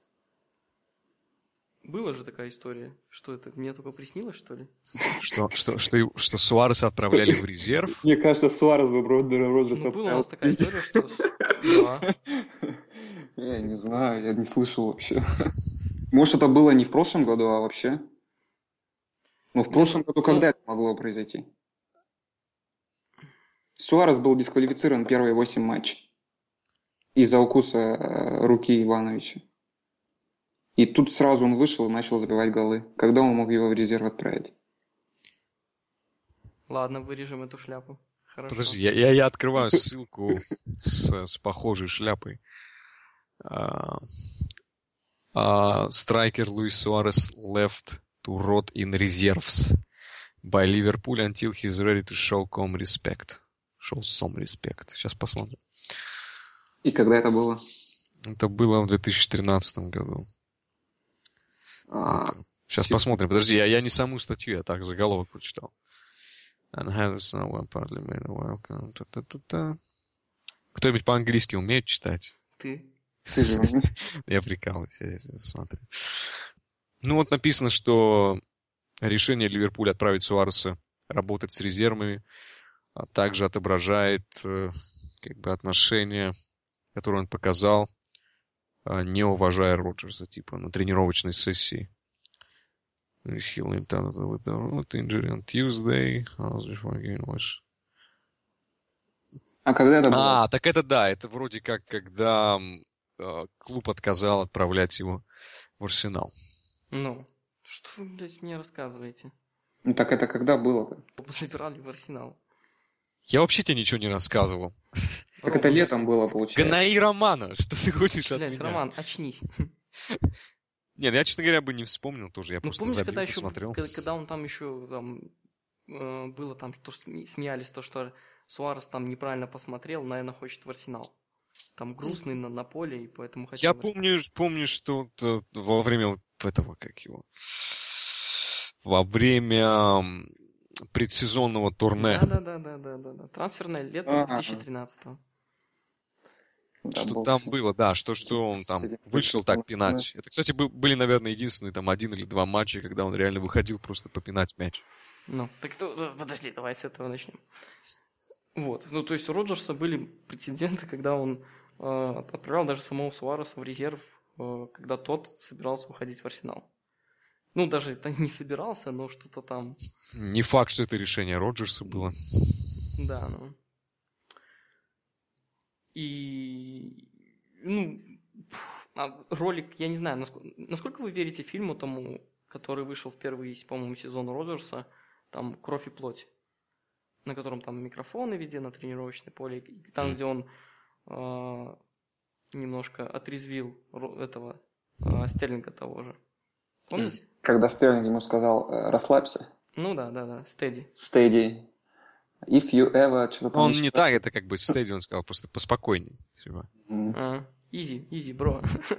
Speaker 1: Была же такая история. Что это? Мне только приснилось, что ли?
Speaker 2: Что Суареса отправляли в резерв?
Speaker 3: Мне кажется, Суарес бы Роджерса
Speaker 1: отправил. Была у нас такая история, что... Да.
Speaker 3: Я не знаю, я не слышал вообще. Может, это было не в прошлом году, а вообще? В прошлом году когда это могло произойти? Суарес был дисквалифицирован первые 8 матчей из-за укуса руки Ивановича. И тут сразу он вышел и начал забивать голы. Когда он мог его в резерв отправить?
Speaker 1: Ладно, вырежем эту шляпу. Хорошо.
Speaker 2: Подожди, я открываю ссылку с похожей шляпой. Striker Luis Suarez left to rot in reserves by Liverpool until he's ready to show some respect. Сейчас посмотрим.
Speaker 3: И когда это было?
Speaker 2: Это было в 2013 году. Сейчас посмотрим. Подожди, я не саму статью, я так заголовок прочитал. Кто-нибудь по-английски умеет читать?
Speaker 1: Ты
Speaker 3: же.
Speaker 2: Я прикалываюсь, я смотрю. Написано, что решение Ливерпуля отправить Суареса работать с резервами также отображает отношение, которое он показал, не уважая Роджерса, на тренировочной сессии. Injury on Tuesday.
Speaker 3: А когда это было?
Speaker 2: Так это да, это вроде как, когда клуб отказал отправлять его в Арсенал.
Speaker 1: Что вы, блядь, мне рассказываете?
Speaker 3: Так это когда было-то?
Speaker 1: Забирали в Арсенал.
Speaker 2: Я вообще тебе ничего не рассказывал.
Speaker 3: Так это летом было, получается.
Speaker 2: Гнои Романа, что ты хочешь от
Speaker 1: Блядь,
Speaker 2: меня?
Speaker 1: Роман, очнись.
Speaker 2: Нет, я, честно говоря, бы не вспомнил тоже. Я
Speaker 1: Ну,
Speaker 2: просто
Speaker 1: помнишь,
Speaker 2: забил,
Speaker 1: когда еще,
Speaker 2: посмотрел.
Speaker 1: когда он там еще там, было там, что смеялись, то, что Суарес там неправильно посмотрел, наверное, хочет в Арсенал. Там грустный на поле, и поэтому хотел
Speaker 2: Я
Speaker 1: в Арсенал.
Speaker 2: помню, что во время вот этого, как его, во время предсезонного турне,
Speaker 1: Да. Трансферное лето 2013-го.
Speaker 3: Да,
Speaker 2: что
Speaker 3: был
Speaker 2: там
Speaker 3: с-
Speaker 2: было, да, что он
Speaker 3: с
Speaker 2: там
Speaker 3: этим
Speaker 2: вышел
Speaker 3: предсезонным
Speaker 2: так пинать. Это, кстати, были, наверное, единственные там 1 или 2 матча, когда он реально выходил просто попинать мяч.
Speaker 1: Ну, так подожди, давай с этого начнем. Вот, ну, то есть у Роджерса были прецеденты, когда он отправлял даже самого Суареса в резерв, когда тот собирался уходить в Арсенал. Ну, даже это не собирался, но что-то там...
Speaker 2: Не факт, что это решение Роджерса было.
Speaker 1: Да, ну... И... Ну, ролик, я не знаю, насколько вы верите фильму тому, который вышел в первый, по-моему, сезон Роджерса, там «Кровь и плоть», на котором там микрофоны везде на тренировочной поле, и там, где он немножко отрезвил этого Стерлинга того же. Помните?
Speaker 3: Когда Стерлинг ему сказал «расслабься»,
Speaker 1: Ну да, Стеди.
Speaker 3: steady, if you ever, что-то там
Speaker 2: Он
Speaker 3: еще.
Speaker 2: не так, это как бы Стеди, он сказал, просто поспокойнее. Типа.
Speaker 1: Easy, бро.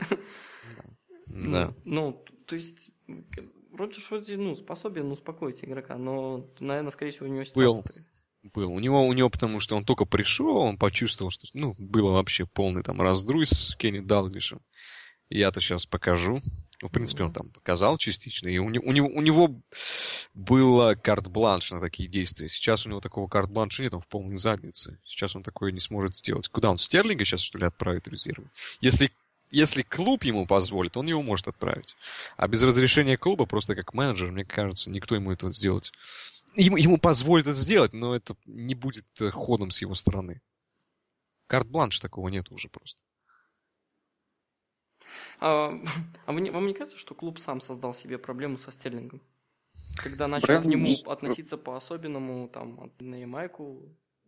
Speaker 2: Да.
Speaker 1: Ну, то есть, Роджерс вроде, способен успокоить игрока, но, наверное, скорее всего, у него ситуация...
Speaker 2: Был. У него, потому что он только пришел, он почувствовал, что, было вообще полный там раздруй с Кенни Далглишем. И я-то сейчас покажу. Ну, в принципе, он там показал частично. И у него было карт-бланш на такие действия. Сейчас у него такого карт-бланша нет, он в полной заднице. Сейчас он такое не сможет сделать. Куда он, Стерлинга сейчас, что ли, отправит в резервы? Если клуб ему позволит, он его может отправить. А без разрешения клуба, просто как менеджер, мне кажется, никто ему это сделать... Ему позволят это сделать, но это не будет ходом с его стороны. Карт-бланш такого нет уже просто.
Speaker 1: Вам не кажется, что клуб сам создал себе проблему со Стерлингом? Когда начал к нему относиться по-особенному, там, на Ямайку...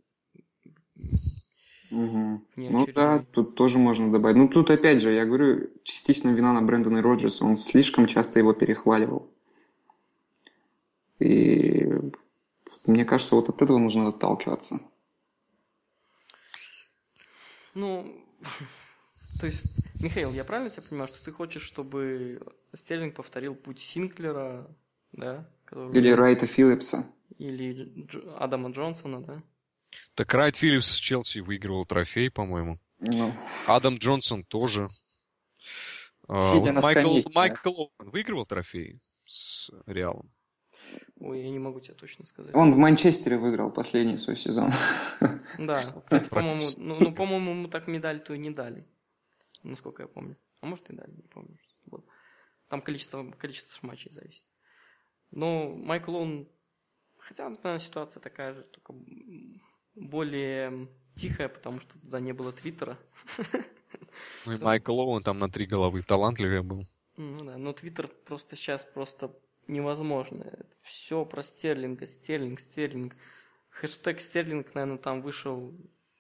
Speaker 3: Ну да, тут тоже можно добавить. Ну тут опять же, я говорю, частично вина на Брэндона Роджерса. Он слишком часто его перехваливал. И мне кажется, вот от этого нужно отталкиваться.
Speaker 1: Ну, то есть, Михаил, я правильно тебя понимаю, что ты хочешь, чтобы Стерлинг повторил путь Синклера, да?
Speaker 3: Или Райта Филлипса.
Speaker 1: Или Адама Джонсона, да?
Speaker 2: Так Райт Филлипс с Челси выигрывал трофей, по-моему.
Speaker 3: Ну.
Speaker 2: Адам Джонсон тоже.
Speaker 3: Сидя на скамейке.
Speaker 2: Майкл Оуэн выигрывал трофей с Реалом.
Speaker 1: Ой, я не могу тебе точно сказать.
Speaker 3: Он в Манчестере выиграл последний свой сезон.
Speaker 1: Да, кстати, по-моему, по-моему, ему так медаль-то и не дали. Насколько я помню. А может и дали, не помню, что это было. Там количество матчей зависит. Но Майкл Оуэн, хотя, наверное, ситуация такая же, только более тихая, потому что туда не было Твиттера.
Speaker 2: Ну и Майкл Оуэн там на 3 головы талантливее был.
Speaker 1: Ну да, но Твиттер просто сейчас невозможно. Все про Стерлинга, Стерлинг. Хэштег Стерлинг, наверное, там вышел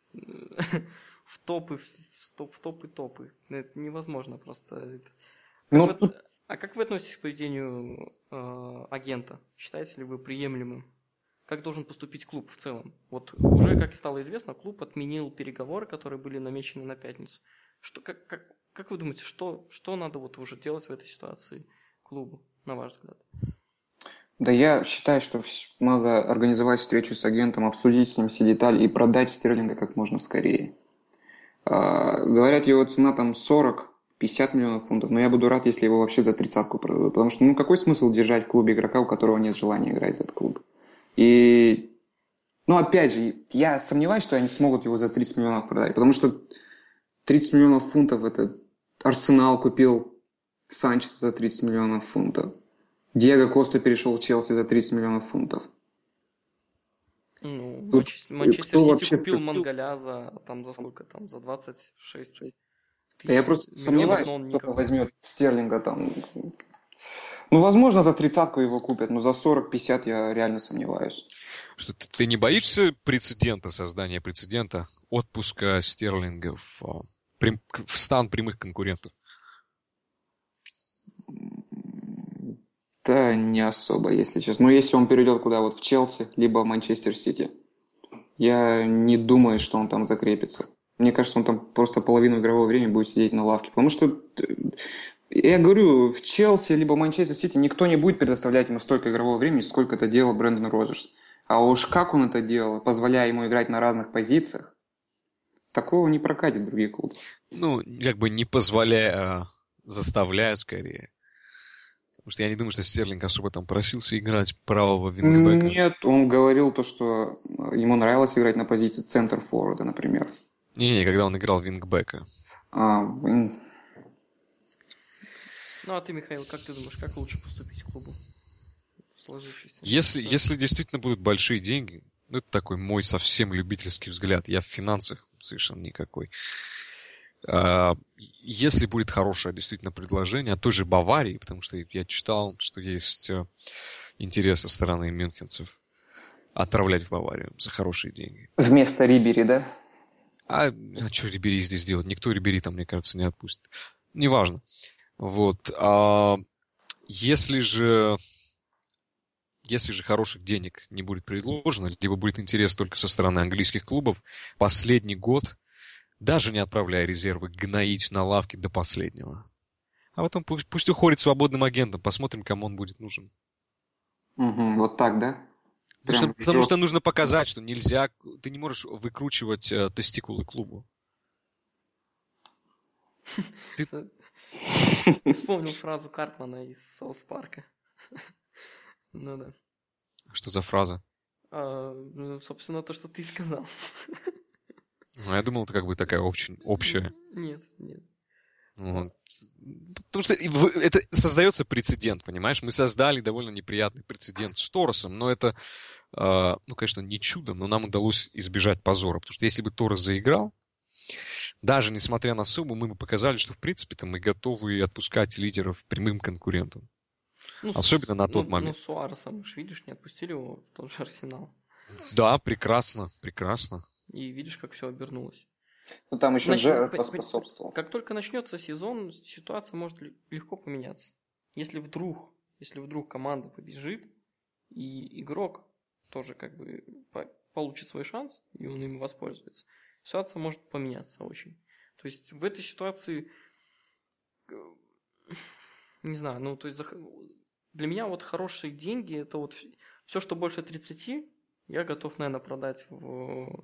Speaker 1: в топы. Это невозможно просто. А как вы относитесь к поведению агента? Считаете ли вы приемлемым? Как должен поступить клуб в целом? Вот уже, как стало известно, клуб отменил переговоры, которые были намечены на пятницу. Как вы думаете, что надо вот уже делать в этой ситуации клубу, на ваш взгляд?
Speaker 3: Да я считаю, что надо организовать встречу с агентом, обсудить с ним все детали и продать Стерлинга как можно скорее. Говорят, его цена там 40-50 миллионов фунтов, но я буду рад, если его вообще за 30-ку продадут. Потому что, какой смысл держать в клубе игрока, у которого нет желания играть за этот клуб? И, опять же, я сомневаюсь, что они смогут его за 30 миллионов продать, потому что 30 миллионов фунтов это Арсенал купил Санчеса за 30 миллионов фунтов. Диего Коста перешел в Челси за 30 миллионов фунтов.
Speaker 1: Манчестер Сити купил Мангаля за сколько там? За 26 тысяч.
Speaker 3: Да я просто сомневаюсь, что кто-то возьмет Стерлинга там Ну, возможно, за 30-ку его купят, но за 40-50 я реально сомневаюсь.
Speaker 2: Что ты не боишься прецедента, создания прецедента, отпуска Стерлинга в стан прямых конкурентов?
Speaker 3: Да, не особо, если честно. Но если он перейдет куда вот в Челси, либо в Манчестер Сити, я не думаю, что он там закрепится. Мне кажется, он там просто половину игрового времени будет сидеть на лавке. Потому что, я говорю, в Челси либо Манчестер Сити никто не будет предоставлять ему столько игрового времени, сколько это делал Брэндон Роджерс. А уж как он это делал, позволяя ему играть на разных позициях, такого не прокатит другие клубы.
Speaker 2: Ну, как бы не позволяя, а заставляя скорее. Потому что я не думаю, что Стерлинг особо там просился играть правого вингбека.
Speaker 3: Нет, он говорил то, что ему нравилось играть на позиции центр-форварда, например.
Speaker 2: Не, когда он играл вингбека.
Speaker 1: Ну, а ты, Михаил, как ты думаешь, как лучше поступить клубу в сложившейся
Speaker 2: Если
Speaker 1: ситуации?
Speaker 2: действительно будут большие деньги, ну, это такой мой совсем любительский взгляд. Я в финансах совершенно никакой. Если будет хорошее действительно предложение от той же Баварии, потому что я читал, что есть интерес со стороны мюнхенцев отправлять в Баварию за хорошие деньги.
Speaker 3: Вместо Рибери, да?
Speaker 2: А что Рибери здесь делать? Никто Рибери там, мне кажется, не отпустит. Неважно. Вот. Если же хороших денег не будет предложено, либо будет интерес только со стороны английских клубов, последний год, даже не отправляя резервы, гноить на лавке до последнего. А потом пусть уходит свободным агентом, посмотрим, кому он будет нужен.
Speaker 3: Угу, вот так, да?
Speaker 2: Потому что нужно показать, что нельзя, ты не можешь выкручивать тестикулы клубу.
Speaker 1: Вспомнил фразу Картмана из Саус Парка. Ну да.
Speaker 2: Что за фраза?
Speaker 1: Собственно, то, что ты сказал.
Speaker 2: Ну, я думал, это как бы такая очень общая.
Speaker 1: Нет.
Speaker 2: Вот. Потому что это создается прецедент, понимаешь? Мы создали довольно неприятный прецедент с Торресом, но это, конечно, не чудом, но нам удалось избежать позора. Потому что если бы Торрес заиграл, даже несмотря на сумму, мы бы показали, что в принципе-то мы готовы отпускать лидеров прямым конкурентам. Особенно на тот момент.
Speaker 1: Ну, Суареса, мы же, видишь, не отпустили его в тот же Арсенал.
Speaker 2: Да, прекрасно.
Speaker 1: И видишь, как все обернулось.
Speaker 3: Ну, там еще Джерард поспособствовал.
Speaker 1: Как только начнется сезон, ситуация может легко поменяться. Если вдруг команда побежит, и игрок тоже как бы получит свой шанс, и он им воспользуется, ситуация может поменяться очень. То есть в этой ситуации, не знаю, ну, то есть для меня вот хорошие деньги, это вот все, что больше 30, я готов, наверное, продать в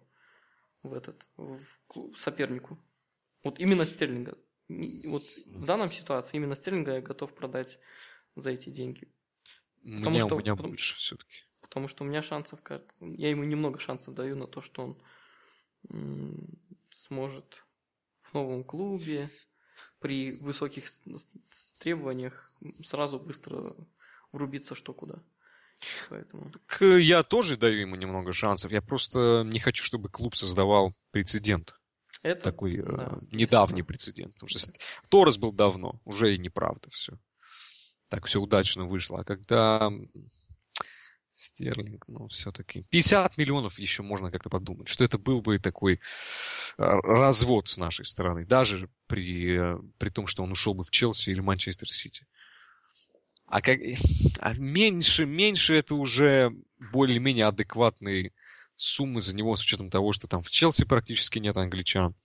Speaker 1: сопернику. Вот именно Стерлинга. Вот в данном ситуации именно Стерлинга я готов продать за эти деньги.
Speaker 2: У меня больше все-таки.
Speaker 1: Потому что у меня шансов, я ему немного шансов даю на то, что он сможет в новом клубе при высоких требованиях сразу быстро врубиться что куда. Поэтому...
Speaker 2: Так я тоже даю ему немного шансов. Я просто не хочу, чтобы клуб создавал прецедент. Это такой недавний прецедент. Потому что Торрес был давно. Уже и неправда все. Так все удачно вышло. А когда Стерлинг, все-таки 50 миллионов еще можно как-то подумать, что это был бы такой развод с нашей стороны. Даже при том, что он ушел бы в Челси или Манчестер Сити. А меньше это уже более-менее адекватные суммы за него, с учетом того, что там в Челси практически нет англичан,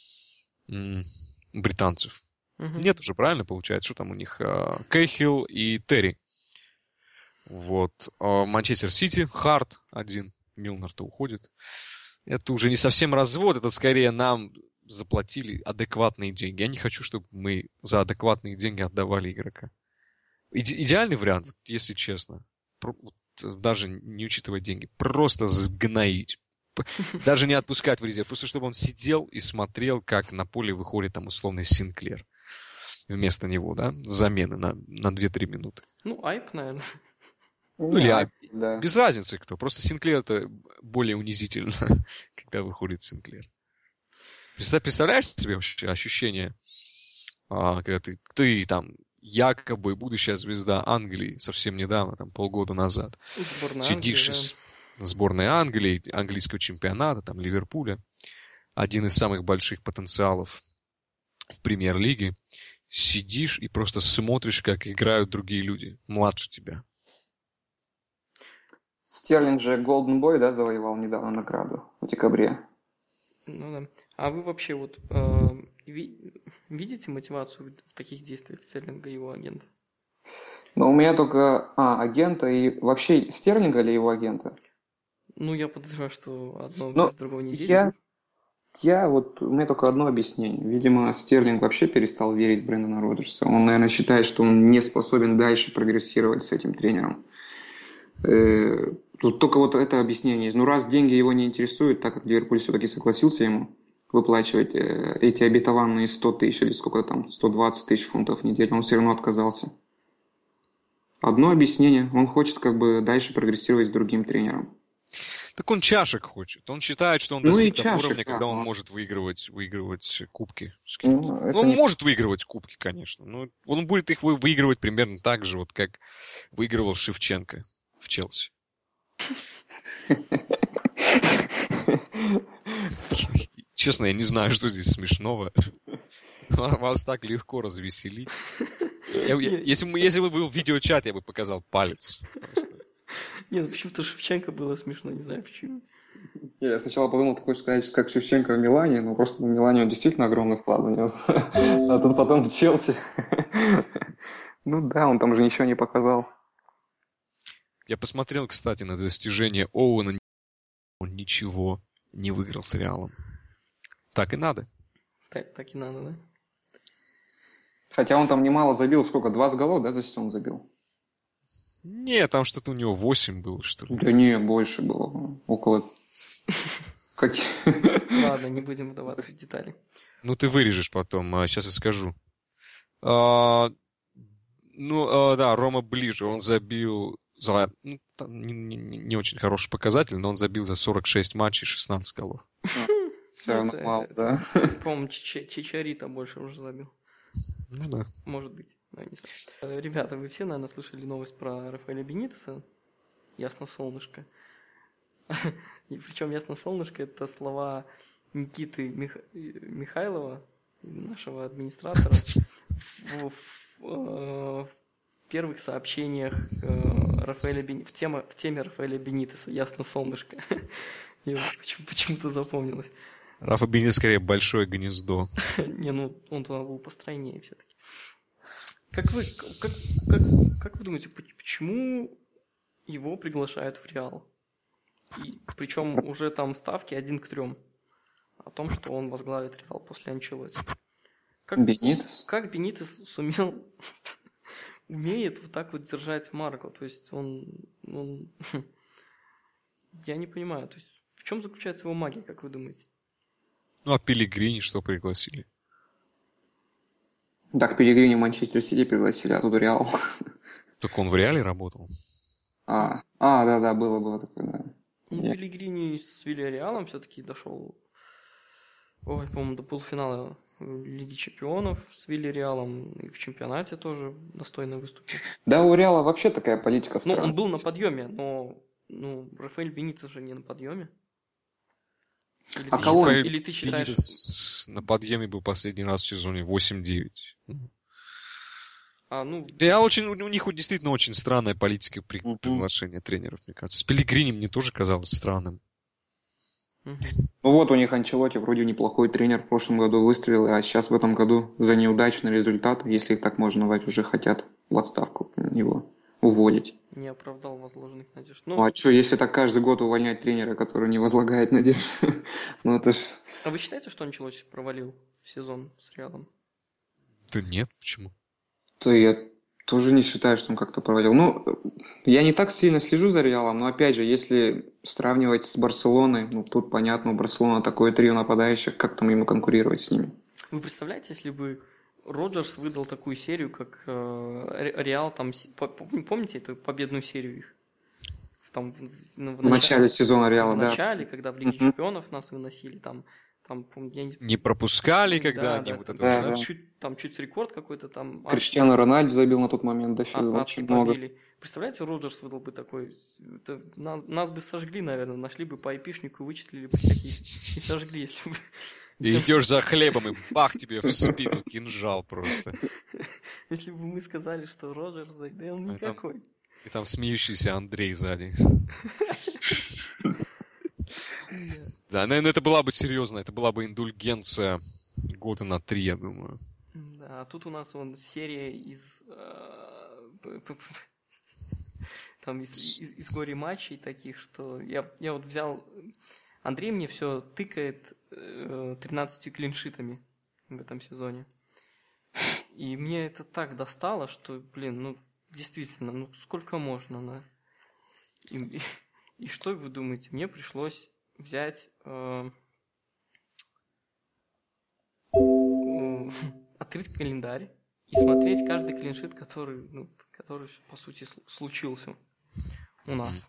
Speaker 2: британцев. Нет уже, правильно получается? Что там у них? Кейхилл и Терри. Вот. Манчестер Сити, Харт один, Милнер-то уходит. Это уже не совсем развод, это скорее нам заплатили адекватные деньги. Я не хочу, чтобы мы за адекватные деньги отдавали игрока. Идеальный вариант, если честно, даже не учитывая деньги, просто сгноить. Даже не отпускать в резерв, просто чтобы он сидел и смотрел, как на поле выходит там условный Синклер. Вместо него, да, замены на 2-3 минуты.
Speaker 1: Ну, Айп, наверное.
Speaker 2: Или Айп. Да. Без разницы кто. Просто Синклер это более унизительно, когда выходит Синклер. Представляешь себе вообще ощущение, когда ты там якобы будущая звезда Англии совсем недавно, там полгода назад.
Speaker 1: Сборная
Speaker 2: Сидишь сборной Англии, английского чемпионата, там Ливерпуля, один из самых больших потенциалов в премьер-лиге, сидишь и просто смотришь, как играют другие люди, младше тебя.
Speaker 3: Стерлинг же Golden Boy, да, завоевал недавно награду в декабре.
Speaker 1: Ну да. А вы вообще вот видите мотивацию в таких действиях Стерлинга и его агента?
Speaker 3: Но у меня только агента и вообще Стерлинга или его агента?
Speaker 1: Ну, я подозреваю, что одно
Speaker 3: Но
Speaker 1: без другого не действует.
Speaker 3: у меня только одно объяснение. Видимо, Стерлинг вообще перестал верить в Брэндона Роджерса. Он, наверное, считает, что он не способен дальше прогрессировать с этим тренером. Тут только вот это объяснение есть. Ну, раз деньги его не интересуют, так как Ливерпуль все-таки согласился ему выплачивать эти обетованные 100 тысяч или сколько там, 120 тысяч фунтов в неделю, он все равно отказался. Одно объяснение. Он хочет как бы дальше прогрессировать с другим тренером.
Speaker 2: Так он чашек хочет. Он считает, что он достиг того уровня, когда он может выигрывать кубки. Он может выигрывать кубки, конечно. Но он будет их выигрывать примерно так же, вот как выигрывал Шевченко в Челси. Честно, я не знаю, что здесь смешного. Вас так легко развеселить. Если бы был видеочат, я бы показал палец.
Speaker 1: Нет, почему-то Шевченко было смешно, не знаю почему.
Speaker 3: Я сначала подумал, ты хочешь сказать, как Шевченко в Милане, но просто в Милане он действительно огромный вклад внес. А тут потом в Челси. Ну да, он там же ничего не показал.
Speaker 2: Я посмотрел, кстати, на достижение Оуэна. Он ничего не выиграл с Реалом. Так и надо.
Speaker 1: Так и надо, да?
Speaker 3: Хотя он там немало забил. Сколько? 20 голов, да, за сезон забил?
Speaker 2: Не, там что-то у него 8 было, что ли.
Speaker 3: Да не, больше было. Около...
Speaker 1: Ладно, не будем вдаваться в детали.
Speaker 2: Ну, ты вырежешь потом. Сейчас я скажу. Да, Рома ближе. Он забил... Не очень хороший показатель, но он забил за 46 матчей 16 голов.
Speaker 3: Все равно мало, да?
Speaker 1: По-моему, Чичарита больше уже забил.
Speaker 2: Ну да.
Speaker 1: Может быть, но не знаю. Ребята, вы все, наверное, слышали новость про Рафаэля Бенитеса. Ясно, солнышко. И причем ясно, солнышко — это слова Никиты Михайлова, нашего администратора, в первых сообщениях Рафаэля в теме Рафаэля Бенитеса. Ясно, солнышко. Я почему-то запомнилось.
Speaker 2: Рафа Бенитес скорее большое гнездо.
Speaker 1: Не, ну он туда был постройнее все-таки. Как вы думаете, почему его приглашают в Реал? И причем уже там ставки 1-3 о том, что он возглавит Реал после Анчелотти.
Speaker 3: Бенитес?
Speaker 1: Как Бенитес умеет вот так вот держать марку? То есть он я не понимаю. То есть в чем заключается его магия, как вы думаете?
Speaker 2: Ну, а Пеллегрини что пригласили?
Speaker 3: Так, Пеллегрини Манчестер Сити пригласили, а тут Реал.
Speaker 2: Так он в Реале работал?
Speaker 3: Да, было такое, да.
Speaker 1: Ну, Пеллегрини с Вильяреалом все-таки дошел, по-моему, до полуфинала Лиги Чемпионов с Вильяреалом, и в чемпионате тоже достойно выступил.
Speaker 3: Да, у Реала вообще такая политика странная.
Speaker 1: Ну, он был на подъеме, но Рафаэль Бенитес же не на подъеме. Или ты считаешь...
Speaker 2: Бенитес на подъеме был последний раз в сезоне 8-9. У них действительно очень странная политика приглашения тренеров, мне кажется. С Пеллегрини мне тоже казалось странным.
Speaker 3: Ну вот у них Анчелотти вроде неплохой тренер, в прошлом году выстрелил, а сейчас в этом году за неудачный результат, если их так можно назвать, уже хотят в отставку его уволить.
Speaker 1: Не оправдал возложенных надежд.
Speaker 3: А что, если так каждый год увольнять тренера, который не возлагает надежд? Ну это ж...
Speaker 1: А вы считаете, что Анчелотти провалил сезон с Реалом?
Speaker 2: Да нет, почему?
Speaker 3: То я тоже не считаю, что он как-то провалил. Ну, я не так сильно слежу за Реалом, но опять же, если сравнивать с Барселоной, тут понятно, у Барселоны такое трио нападающих, как там ему конкурировать с ними?
Speaker 1: Вы представляете, если бы Роджерс выдал такую серию, как Реал, там, помните эту победную серию их? В
Speaker 3: начале сезона Реала, да.
Speaker 1: В начале, когда в Лиге Чемпионов нас выносили, там там, я
Speaker 2: не пропускали, когда они
Speaker 1: да,
Speaker 2: вот это...
Speaker 3: да.
Speaker 1: чуть рекорд какой-то там.
Speaker 3: Криштиану Рональду забил на тот момент, да, очень много.
Speaker 1: Побили. Представляете, Роджерс выдал бы такой, нас бы сожгли, наверное, нашли бы по айпишнику, вычислили бы всякие и сожгли, если бы...
Speaker 2: И идешь за хлебом, и бах тебе в спину кинжал просто.
Speaker 1: Если бы мы сказали, что Роджерс, да он никакой.
Speaker 2: И там смеющийся Андрей сзади. Да, наверное, это была бы серьезно, это была бы индульгенция года на 3, я думаю.
Speaker 1: Да, а тут у нас серия из горе матчей таких, что я вот взял... Андрей мне все тыкает 13 клиншитами в этом сезоне. И мне это так достало, что, действительно, сколько можно, И что вы думаете? Мне пришлось взять открыть календарь и смотреть каждый клиншит, который, по сути, случился у нас.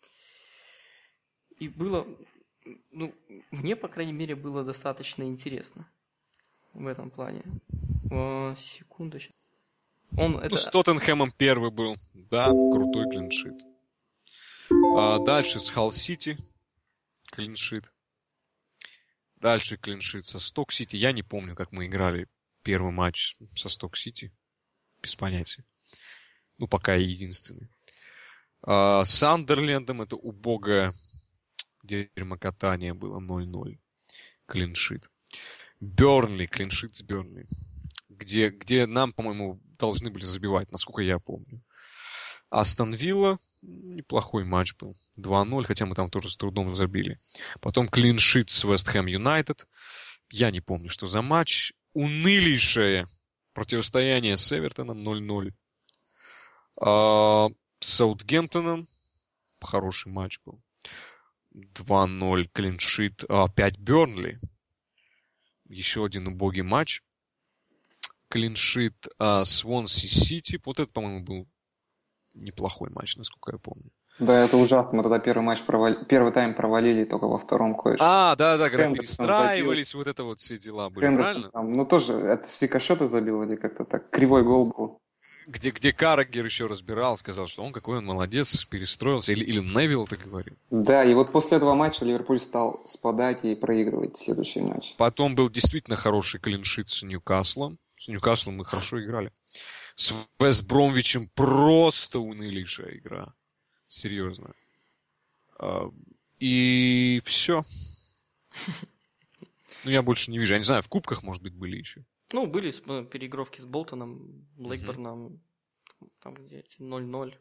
Speaker 1: И было, мне, по крайней мере, было достаточно интересно в этом плане. Секундочку.
Speaker 2: С Тоттенхэмом первый был. Да, крутой клиншит. Дальше с Халл-Сити клиншит. Дальше клиншит со Сток-Сити. Я не помню, как мы играли первый матч со Сток-Сити. Без понятия. Пока и единственный. С Сандерлендом это убогое дерьмокатание было 0-0. Клиншит. Бёрнли, клиншит с Бёрнли. Где нам, по-моему, должны были забивать, насколько я помню. Астон Вилла, неплохой матч был. 2-0, хотя мы там тоже с трудом забили. Потом клиншит с Вест Хэм Юнайтед. Я не помню, что за матч. Унылейшее противостояние с Эвертоном 0-0. С Саутгемптоном хороший матч был. 2-0 клиншит. Опять Бёрнли. Еще один убогий матч. Клиншит Свонси Сити. Вот это, по-моему, был неплохой матч, насколько я помню.
Speaker 3: Да, это ужасно. Мы тогда первый тайм провалили, только во втором кое-что.
Speaker 2: Да, когда перестраивались, вот это вот все дела были,
Speaker 3: Хендерсон
Speaker 2: правильно?
Speaker 3: там, тоже это с рикошета забил или как-то так. Кривой гол был.
Speaker 2: Где Каррагер еще разбирал, сказал, что какой он молодец, перестроился. Или Невилл это говорил.
Speaker 3: Да, и вот после этого матча Ливерпуль стал спадать и проигрывать следующий матч.
Speaker 2: Потом был действительно хороший клиншит с Ньюкаслом. С Ньюкаслом мы хорошо играли. С Вест Бромвичем просто унылейшая игра. Серьезно. И все. Я больше не вижу. Я не знаю, в кубках, может быть, были еще.
Speaker 1: Были переигровки с Болтоном, Блэкберном, там где 0-0.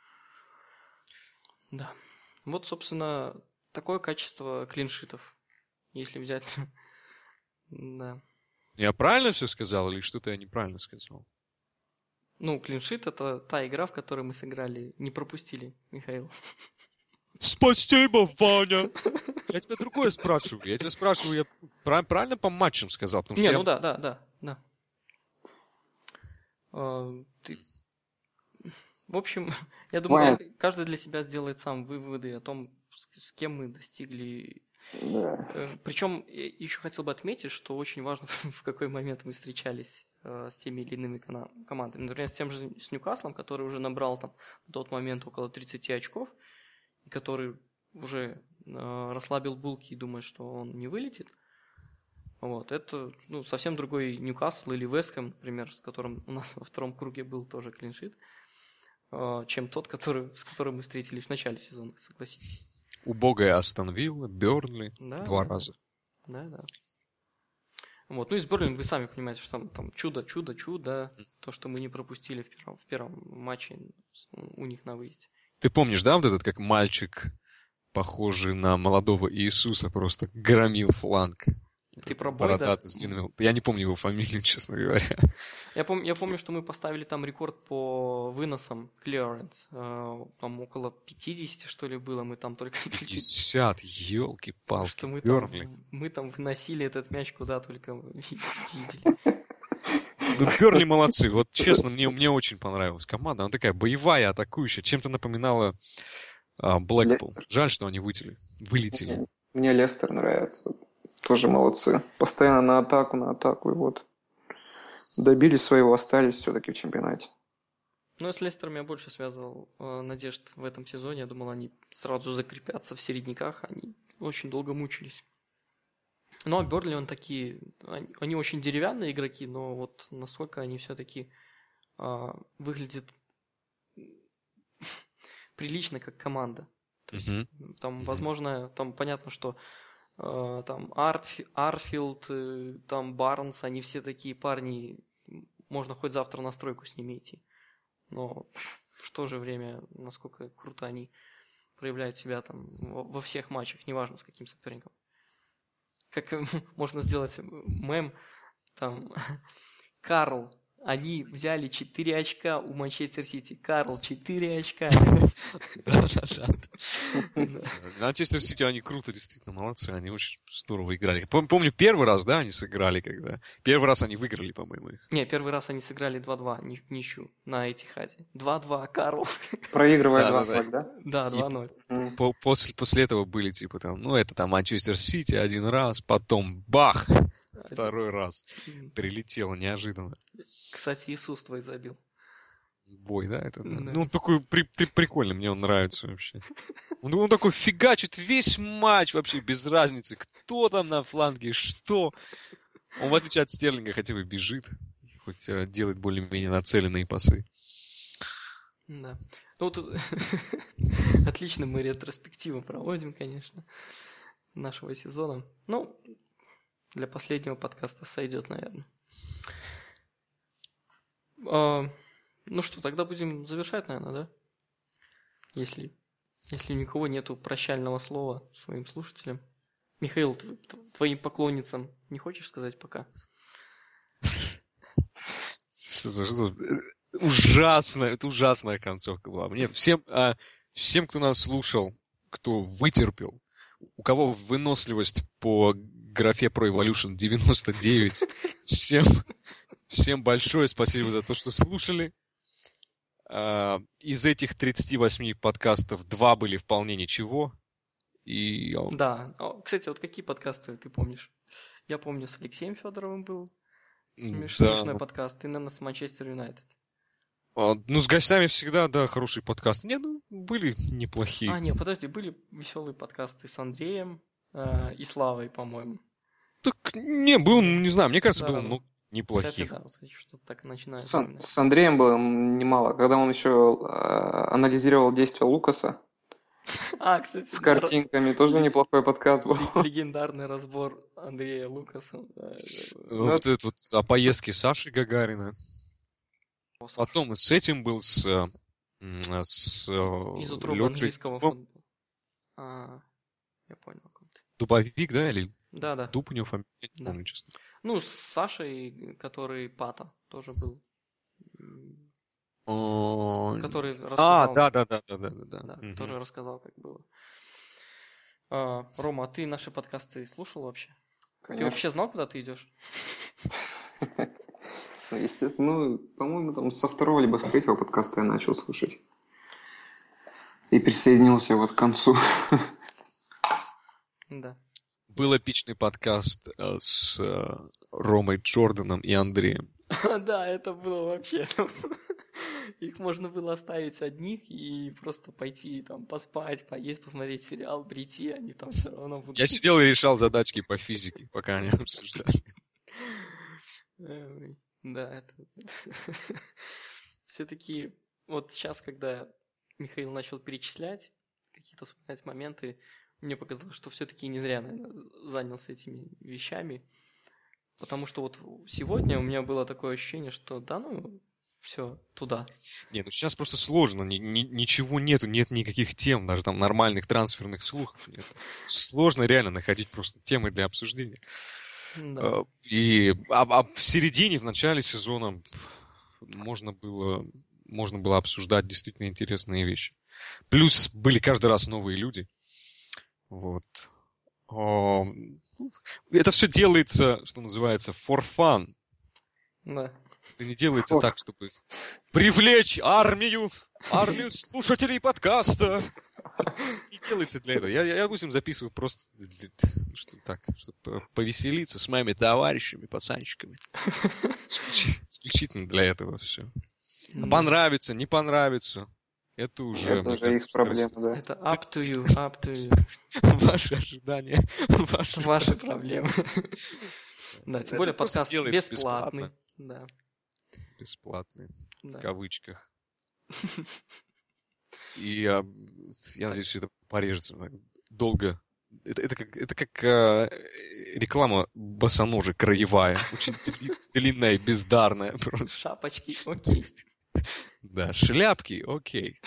Speaker 1: Да. Вот, собственно, такое качество клиншитов, если взять. Да.
Speaker 2: Я правильно все сказал или что-то я неправильно сказал?
Speaker 1: Клиншит — это та игра, в которой мы сыграли, не пропустили, Михаил.
Speaker 2: Спасибо, Ваня! Я тебя другое спрашиваю. Я правильно по матчам сказал?
Speaker 1: Да. В общем, я думаю, каждый для себя сделает сам выводы о том, с кем мы достигли.
Speaker 3: Да.
Speaker 1: Причем еще хотел бы отметить, что очень важно, в какой момент мы встречались с теми или иными командами. Например, с Ньюкаслом, который уже набрал там в тот момент около 30 очков, и который уже расслабил булки и думает, что он не вылетит. Вот, это совсем другой Ньюкасл или Вест Хэм, например, с которым у нас во втором круге был тоже клиншит, чем тот, с которым мы встретились в начале сезона, согласитесь.
Speaker 2: Убогая Астон Вилла, Бёрнли, 2 раза.
Speaker 1: Да. Вот, и с Бёрнли вы сами понимаете, что там чудо, то, что мы не пропустили в первом матче у них на выезде.
Speaker 2: Ты помнишь, да, вот этот как мальчик, похожий на молодого Иисуса, просто громил фланг?
Speaker 1: Ты про Бойда?
Speaker 2: Я не помню его фамилию, честно говоря.
Speaker 1: Я помню, что мы поставили там рекорд по выносам clearance. Там около 50, что ли, было. Мы там только...
Speaker 2: 50, елки-палки.
Speaker 1: Что мы там выносили этот мяч куда только видели.
Speaker 2: Бёрнли молодцы. Вот честно, мне очень понравилась команда. Она такая боевая, атакующая. Чем-то напоминала Блэкпул. Жаль, что они вылетели.
Speaker 3: Мне Лестер нравится. тоже молодцы. Постоянно на атаку, и вот. Добились своего, остались все-таки в чемпионате.
Speaker 1: Ну, с Лестером я больше связывал надежд в этом сезоне. Я думал, они сразу закрепятся в середняках. Они очень долго мучились. Ну, а Бернли, они очень деревянные игроки, но вот насколько они все-таки выглядят прилично как команда. То есть, там, возможно, там понятно, что там Арфилд, там Барнс, они все такие парни, можно хоть завтра на стройку с ними идти. Но в то же время, насколько круто они проявляют себя там во всех матчах, неважно с каким соперником. Как можно сделать мем, там, Карл, они взяли 4 очка у Манчестер Сити. Карл, 4 очка.
Speaker 2: Манчестер Сити, они круто, действительно, молодцы. Они очень здорово играли. Помню, первый раз, да, они сыграли, когда... Первый раз они выиграли, по-моему, их.
Speaker 1: Не, первый раз они сыграли 2-2, ничью, на Этихаде. 2-2, Карл.
Speaker 3: Проигрывая 2-0, да?
Speaker 1: Да, 2-0.
Speaker 2: После этого были, типа, там, ну, это там Манчестер Сити один раз, потом бах! Второй раз. Прилетело неожиданно.
Speaker 1: Кстати, Иисус твой забил.
Speaker 2: Бой, да? Это, да. Ну, он такой прикольный, мне он нравится вообще. Он такой фигачит весь матч вообще, без разницы, кто там на фланге, что. Он, в отличие от Стерлинга, хотя бы бежит, хоть делает более-менее нацеленные пасы.
Speaker 1: Да. Ну, тут отлично мы ретроспективу проводим, конечно, нашего сезона. Ну, для последнего подкаста сойдет, наверное. Ну что, тогда будем завершать, наверное, да? Если у никого нету прощального слова своим слушателям. Михаил, твоим поклонницам не хочешь сказать пока?
Speaker 2: Ужасная концовка была. Мне всем, кто нас слушал, кто вытерпел, у кого выносливость по графе Pro Evolution 99, всем большое спасибо за то, что слушали. Из этих 38 подкастов 2 были вполне ничего.
Speaker 1: Да. Кстати, вот какие подкасты ты помнишь? Я помню, с Алексеем Федоровым был смешной подкаст, и, наверное, с Манчестер Юнайтед.
Speaker 2: Ну, с гостями всегда, да, хорошие подкасты. Были неплохие.
Speaker 1: Подожди, были веселые подкасты с Андреем и Славой, по-моему.
Speaker 2: Так, не знаю, мне кажется, было неплохих.
Speaker 1: Кстати, да, вот что-то так начинает.
Speaker 3: С Андреем было немало, когда он еще анализировал действия Лукаса.
Speaker 1: Кстати,
Speaker 3: с картинками, тоже неплохой подкаст был.
Speaker 1: Легендарный разбор Андрея Лукаса.
Speaker 2: Вот этот вот о поездке Саши Гагарина. Потом с этим был с
Speaker 1: из утробы английского футбола. Я понял.
Speaker 2: Дубовик, да? Или
Speaker 1: да.
Speaker 2: Дуб у него фамилия, не помню, честно.
Speaker 1: Ну, с Сашей, который Пата, тоже был. Который рассказал.
Speaker 2: Да.
Speaker 1: Который рассказал, как было. Рома, а ты наши подкасты слушал вообще?
Speaker 3: Конечно.
Speaker 1: Ты вообще знал, куда ты идешь?
Speaker 3: Естественно, по-моему, там со 2-го либо с 3-го подкаста я начал слушать. И присоединился вот к концу.
Speaker 1: Да.
Speaker 2: Был эпичный подкаст с Ромой Джорданом и Андреем.
Speaker 1: Да, это было вообще... Их можно было оставить одних и просто пойти там поспать, поесть, посмотреть сериал, прийти, они там все равно будут...
Speaker 2: Я сидел и решал задачки по физике, пока они обсуждали.
Speaker 1: Да, это... Все-таки вот сейчас, когда Михаил начал перечислять, какие-то вспоминать моменты, мне показалось, что все-таки не зря, наверное, занялся этими вещами. Потому что вот сегодня у меня было такое ощущение, что все, туда.
Speaker 2: Сейчас просто сложно, ничего нету, нет никаких тем, даже там нормальных трансферных слухов нет. Сложно реально находить просто темы для обсуждения.
Speaker 1: Да.
Speaker 2: А в середине, в начале сезона можно было обсуждать действительно интересные вещи. Плюс были каждый раз новые люди. Вот. Это все делается, что называется, for fun.
Speaker 1: Да.
Speaker 2: Это не делается так, чтобы привлечь армию слушателей подкаста. делается для этого. Я допустим, записываю просто чтобы повеселиться с моими товарищами, пацанчиками. Исключительно для этого все. Понравится, не понравится. Это уже
Speaker 3: их проблема, да.
Speaker 1: Это up to you.
Speaker 2: Ваши ожидания.
Speaker 1: Ваши проблемы. Да, тем более подкаст бесплатный. Да.
Speaker 2: Бесплатный. В кавычках. И я надеюсь, это порежется долго. Это как реклама босоножек краевая. Очень длинная и бездарная. Просто.
Speaker 1: Шапочки, окей.
Speaker 2: Да, шляпки, окей.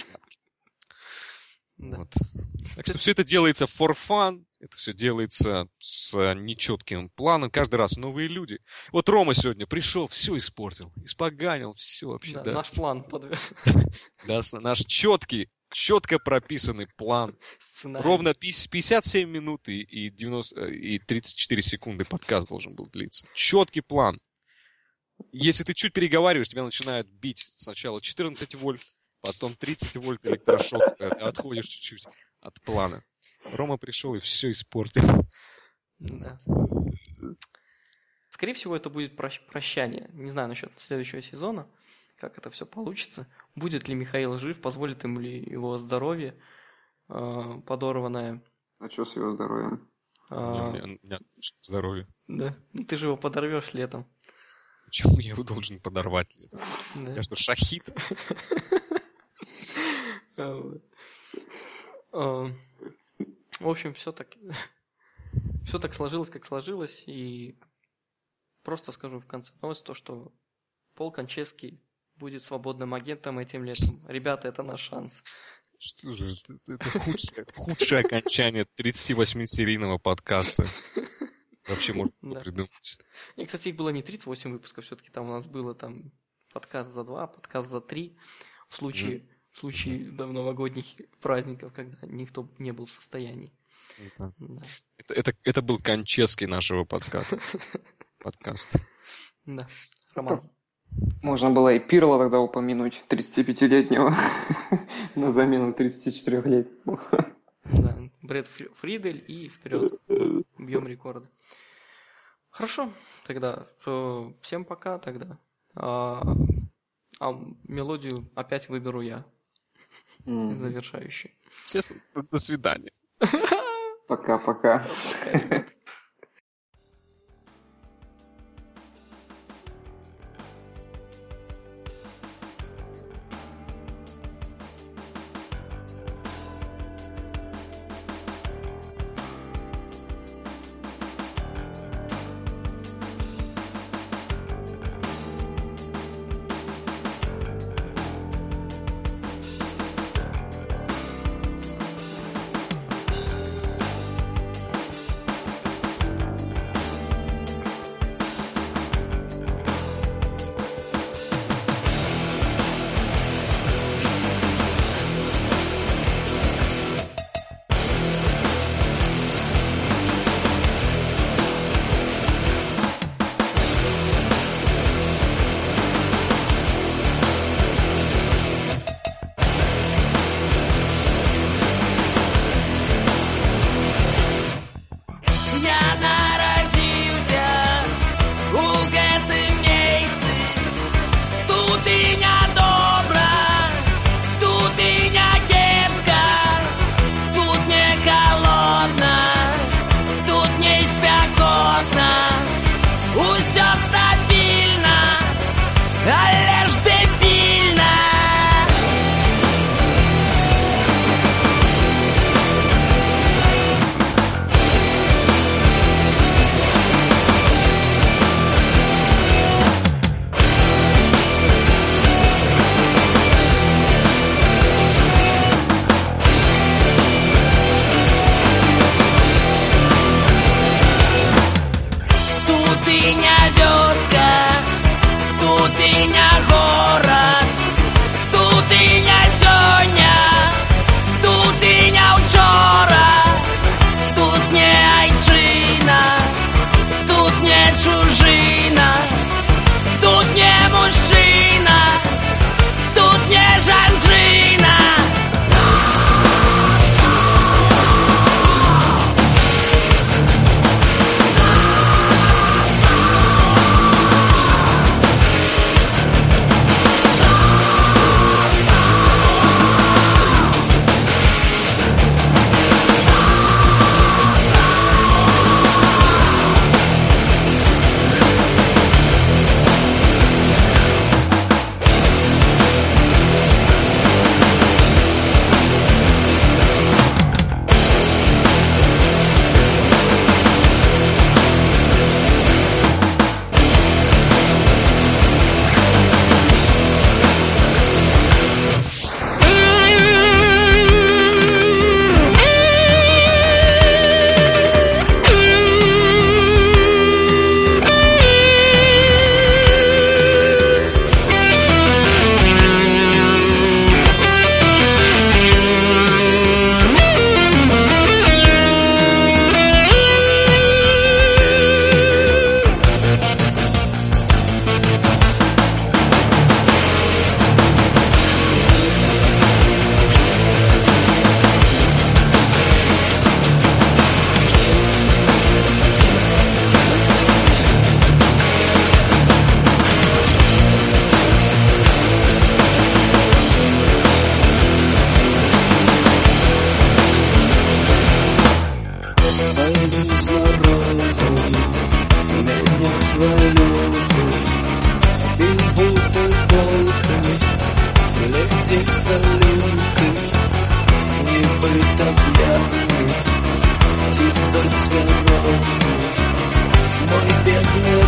Speaker 1: Да.
Speaker 2: Вот. Так что все это делается for fun. Это все делается с нечетким планом. Каждый раз новые люди. Вот Рома сегодня пришел, все испортил. Испоганил, все вообще.
Speaker 1: Да. Наш план подвел.
Speaker 2: Да, наш четко прописанный план.
Speaker 1: Сценарий.
Speaker 2: Ровно 57 минут и 34 секунды подкаст должен был длиться. Четкий план. Если ты чуть переговариваешь, тебя начинают бить сначала 14 вольт, потом 30 вольт электрошок. Ты отходишь чуть-чуть от плана. Рома пришел и все испортил.
Speaker 1: Да. Скорее всего, это будет прощание. Не знаю насчет следующего сезона, как это все получится. Будет ли Михаил жив, позволит им ли его здоровье подорванное.
Speaker 3: А что с его здоровьем?
Speaker 2: У меня здоровье.
Speaker 1: Да, ты же его подорвешь летом.
Speaker 2: Почему я его должен подорвать летом?
Speaker 1: Да.
Speaker 2: Я что, шахид?
Speaker 1: В общем, все так сложилось, как сложилось. И просто скажу в конце новости то, что Пол Конческий будет свободным агентом этим летом. Ребята, это наш шанс.
Speaker 2: Что же, это худшее окончание 38-серийного подкаста. Вообще можно придумать.
Speaker 1: И, кстати, их было не 38 выпусков, все-таки там у нас было там подкаст за 2, подкаст за 3. В случае новогодних праздников, когда никто не был в состоянии.
Speaker 2: Да. Это был Конческий нашего подкаста.
Speaker 1: Да. Роман.
Speaker 3: Можно было и Пирла тогда упомянуть, 35-летнего, на замену 34-летнему.
Speaker 1: Да, Брэд Фридель и вперед. Бьем рекорды. Хорошо, тогда всем пока тогда. А мелодию опять выберу я. Завершающую.
Speaker 2: До свидания.
Speaker 3: Пока-пока.
Speaker 4: так ярко, цветочные розы, мой бедный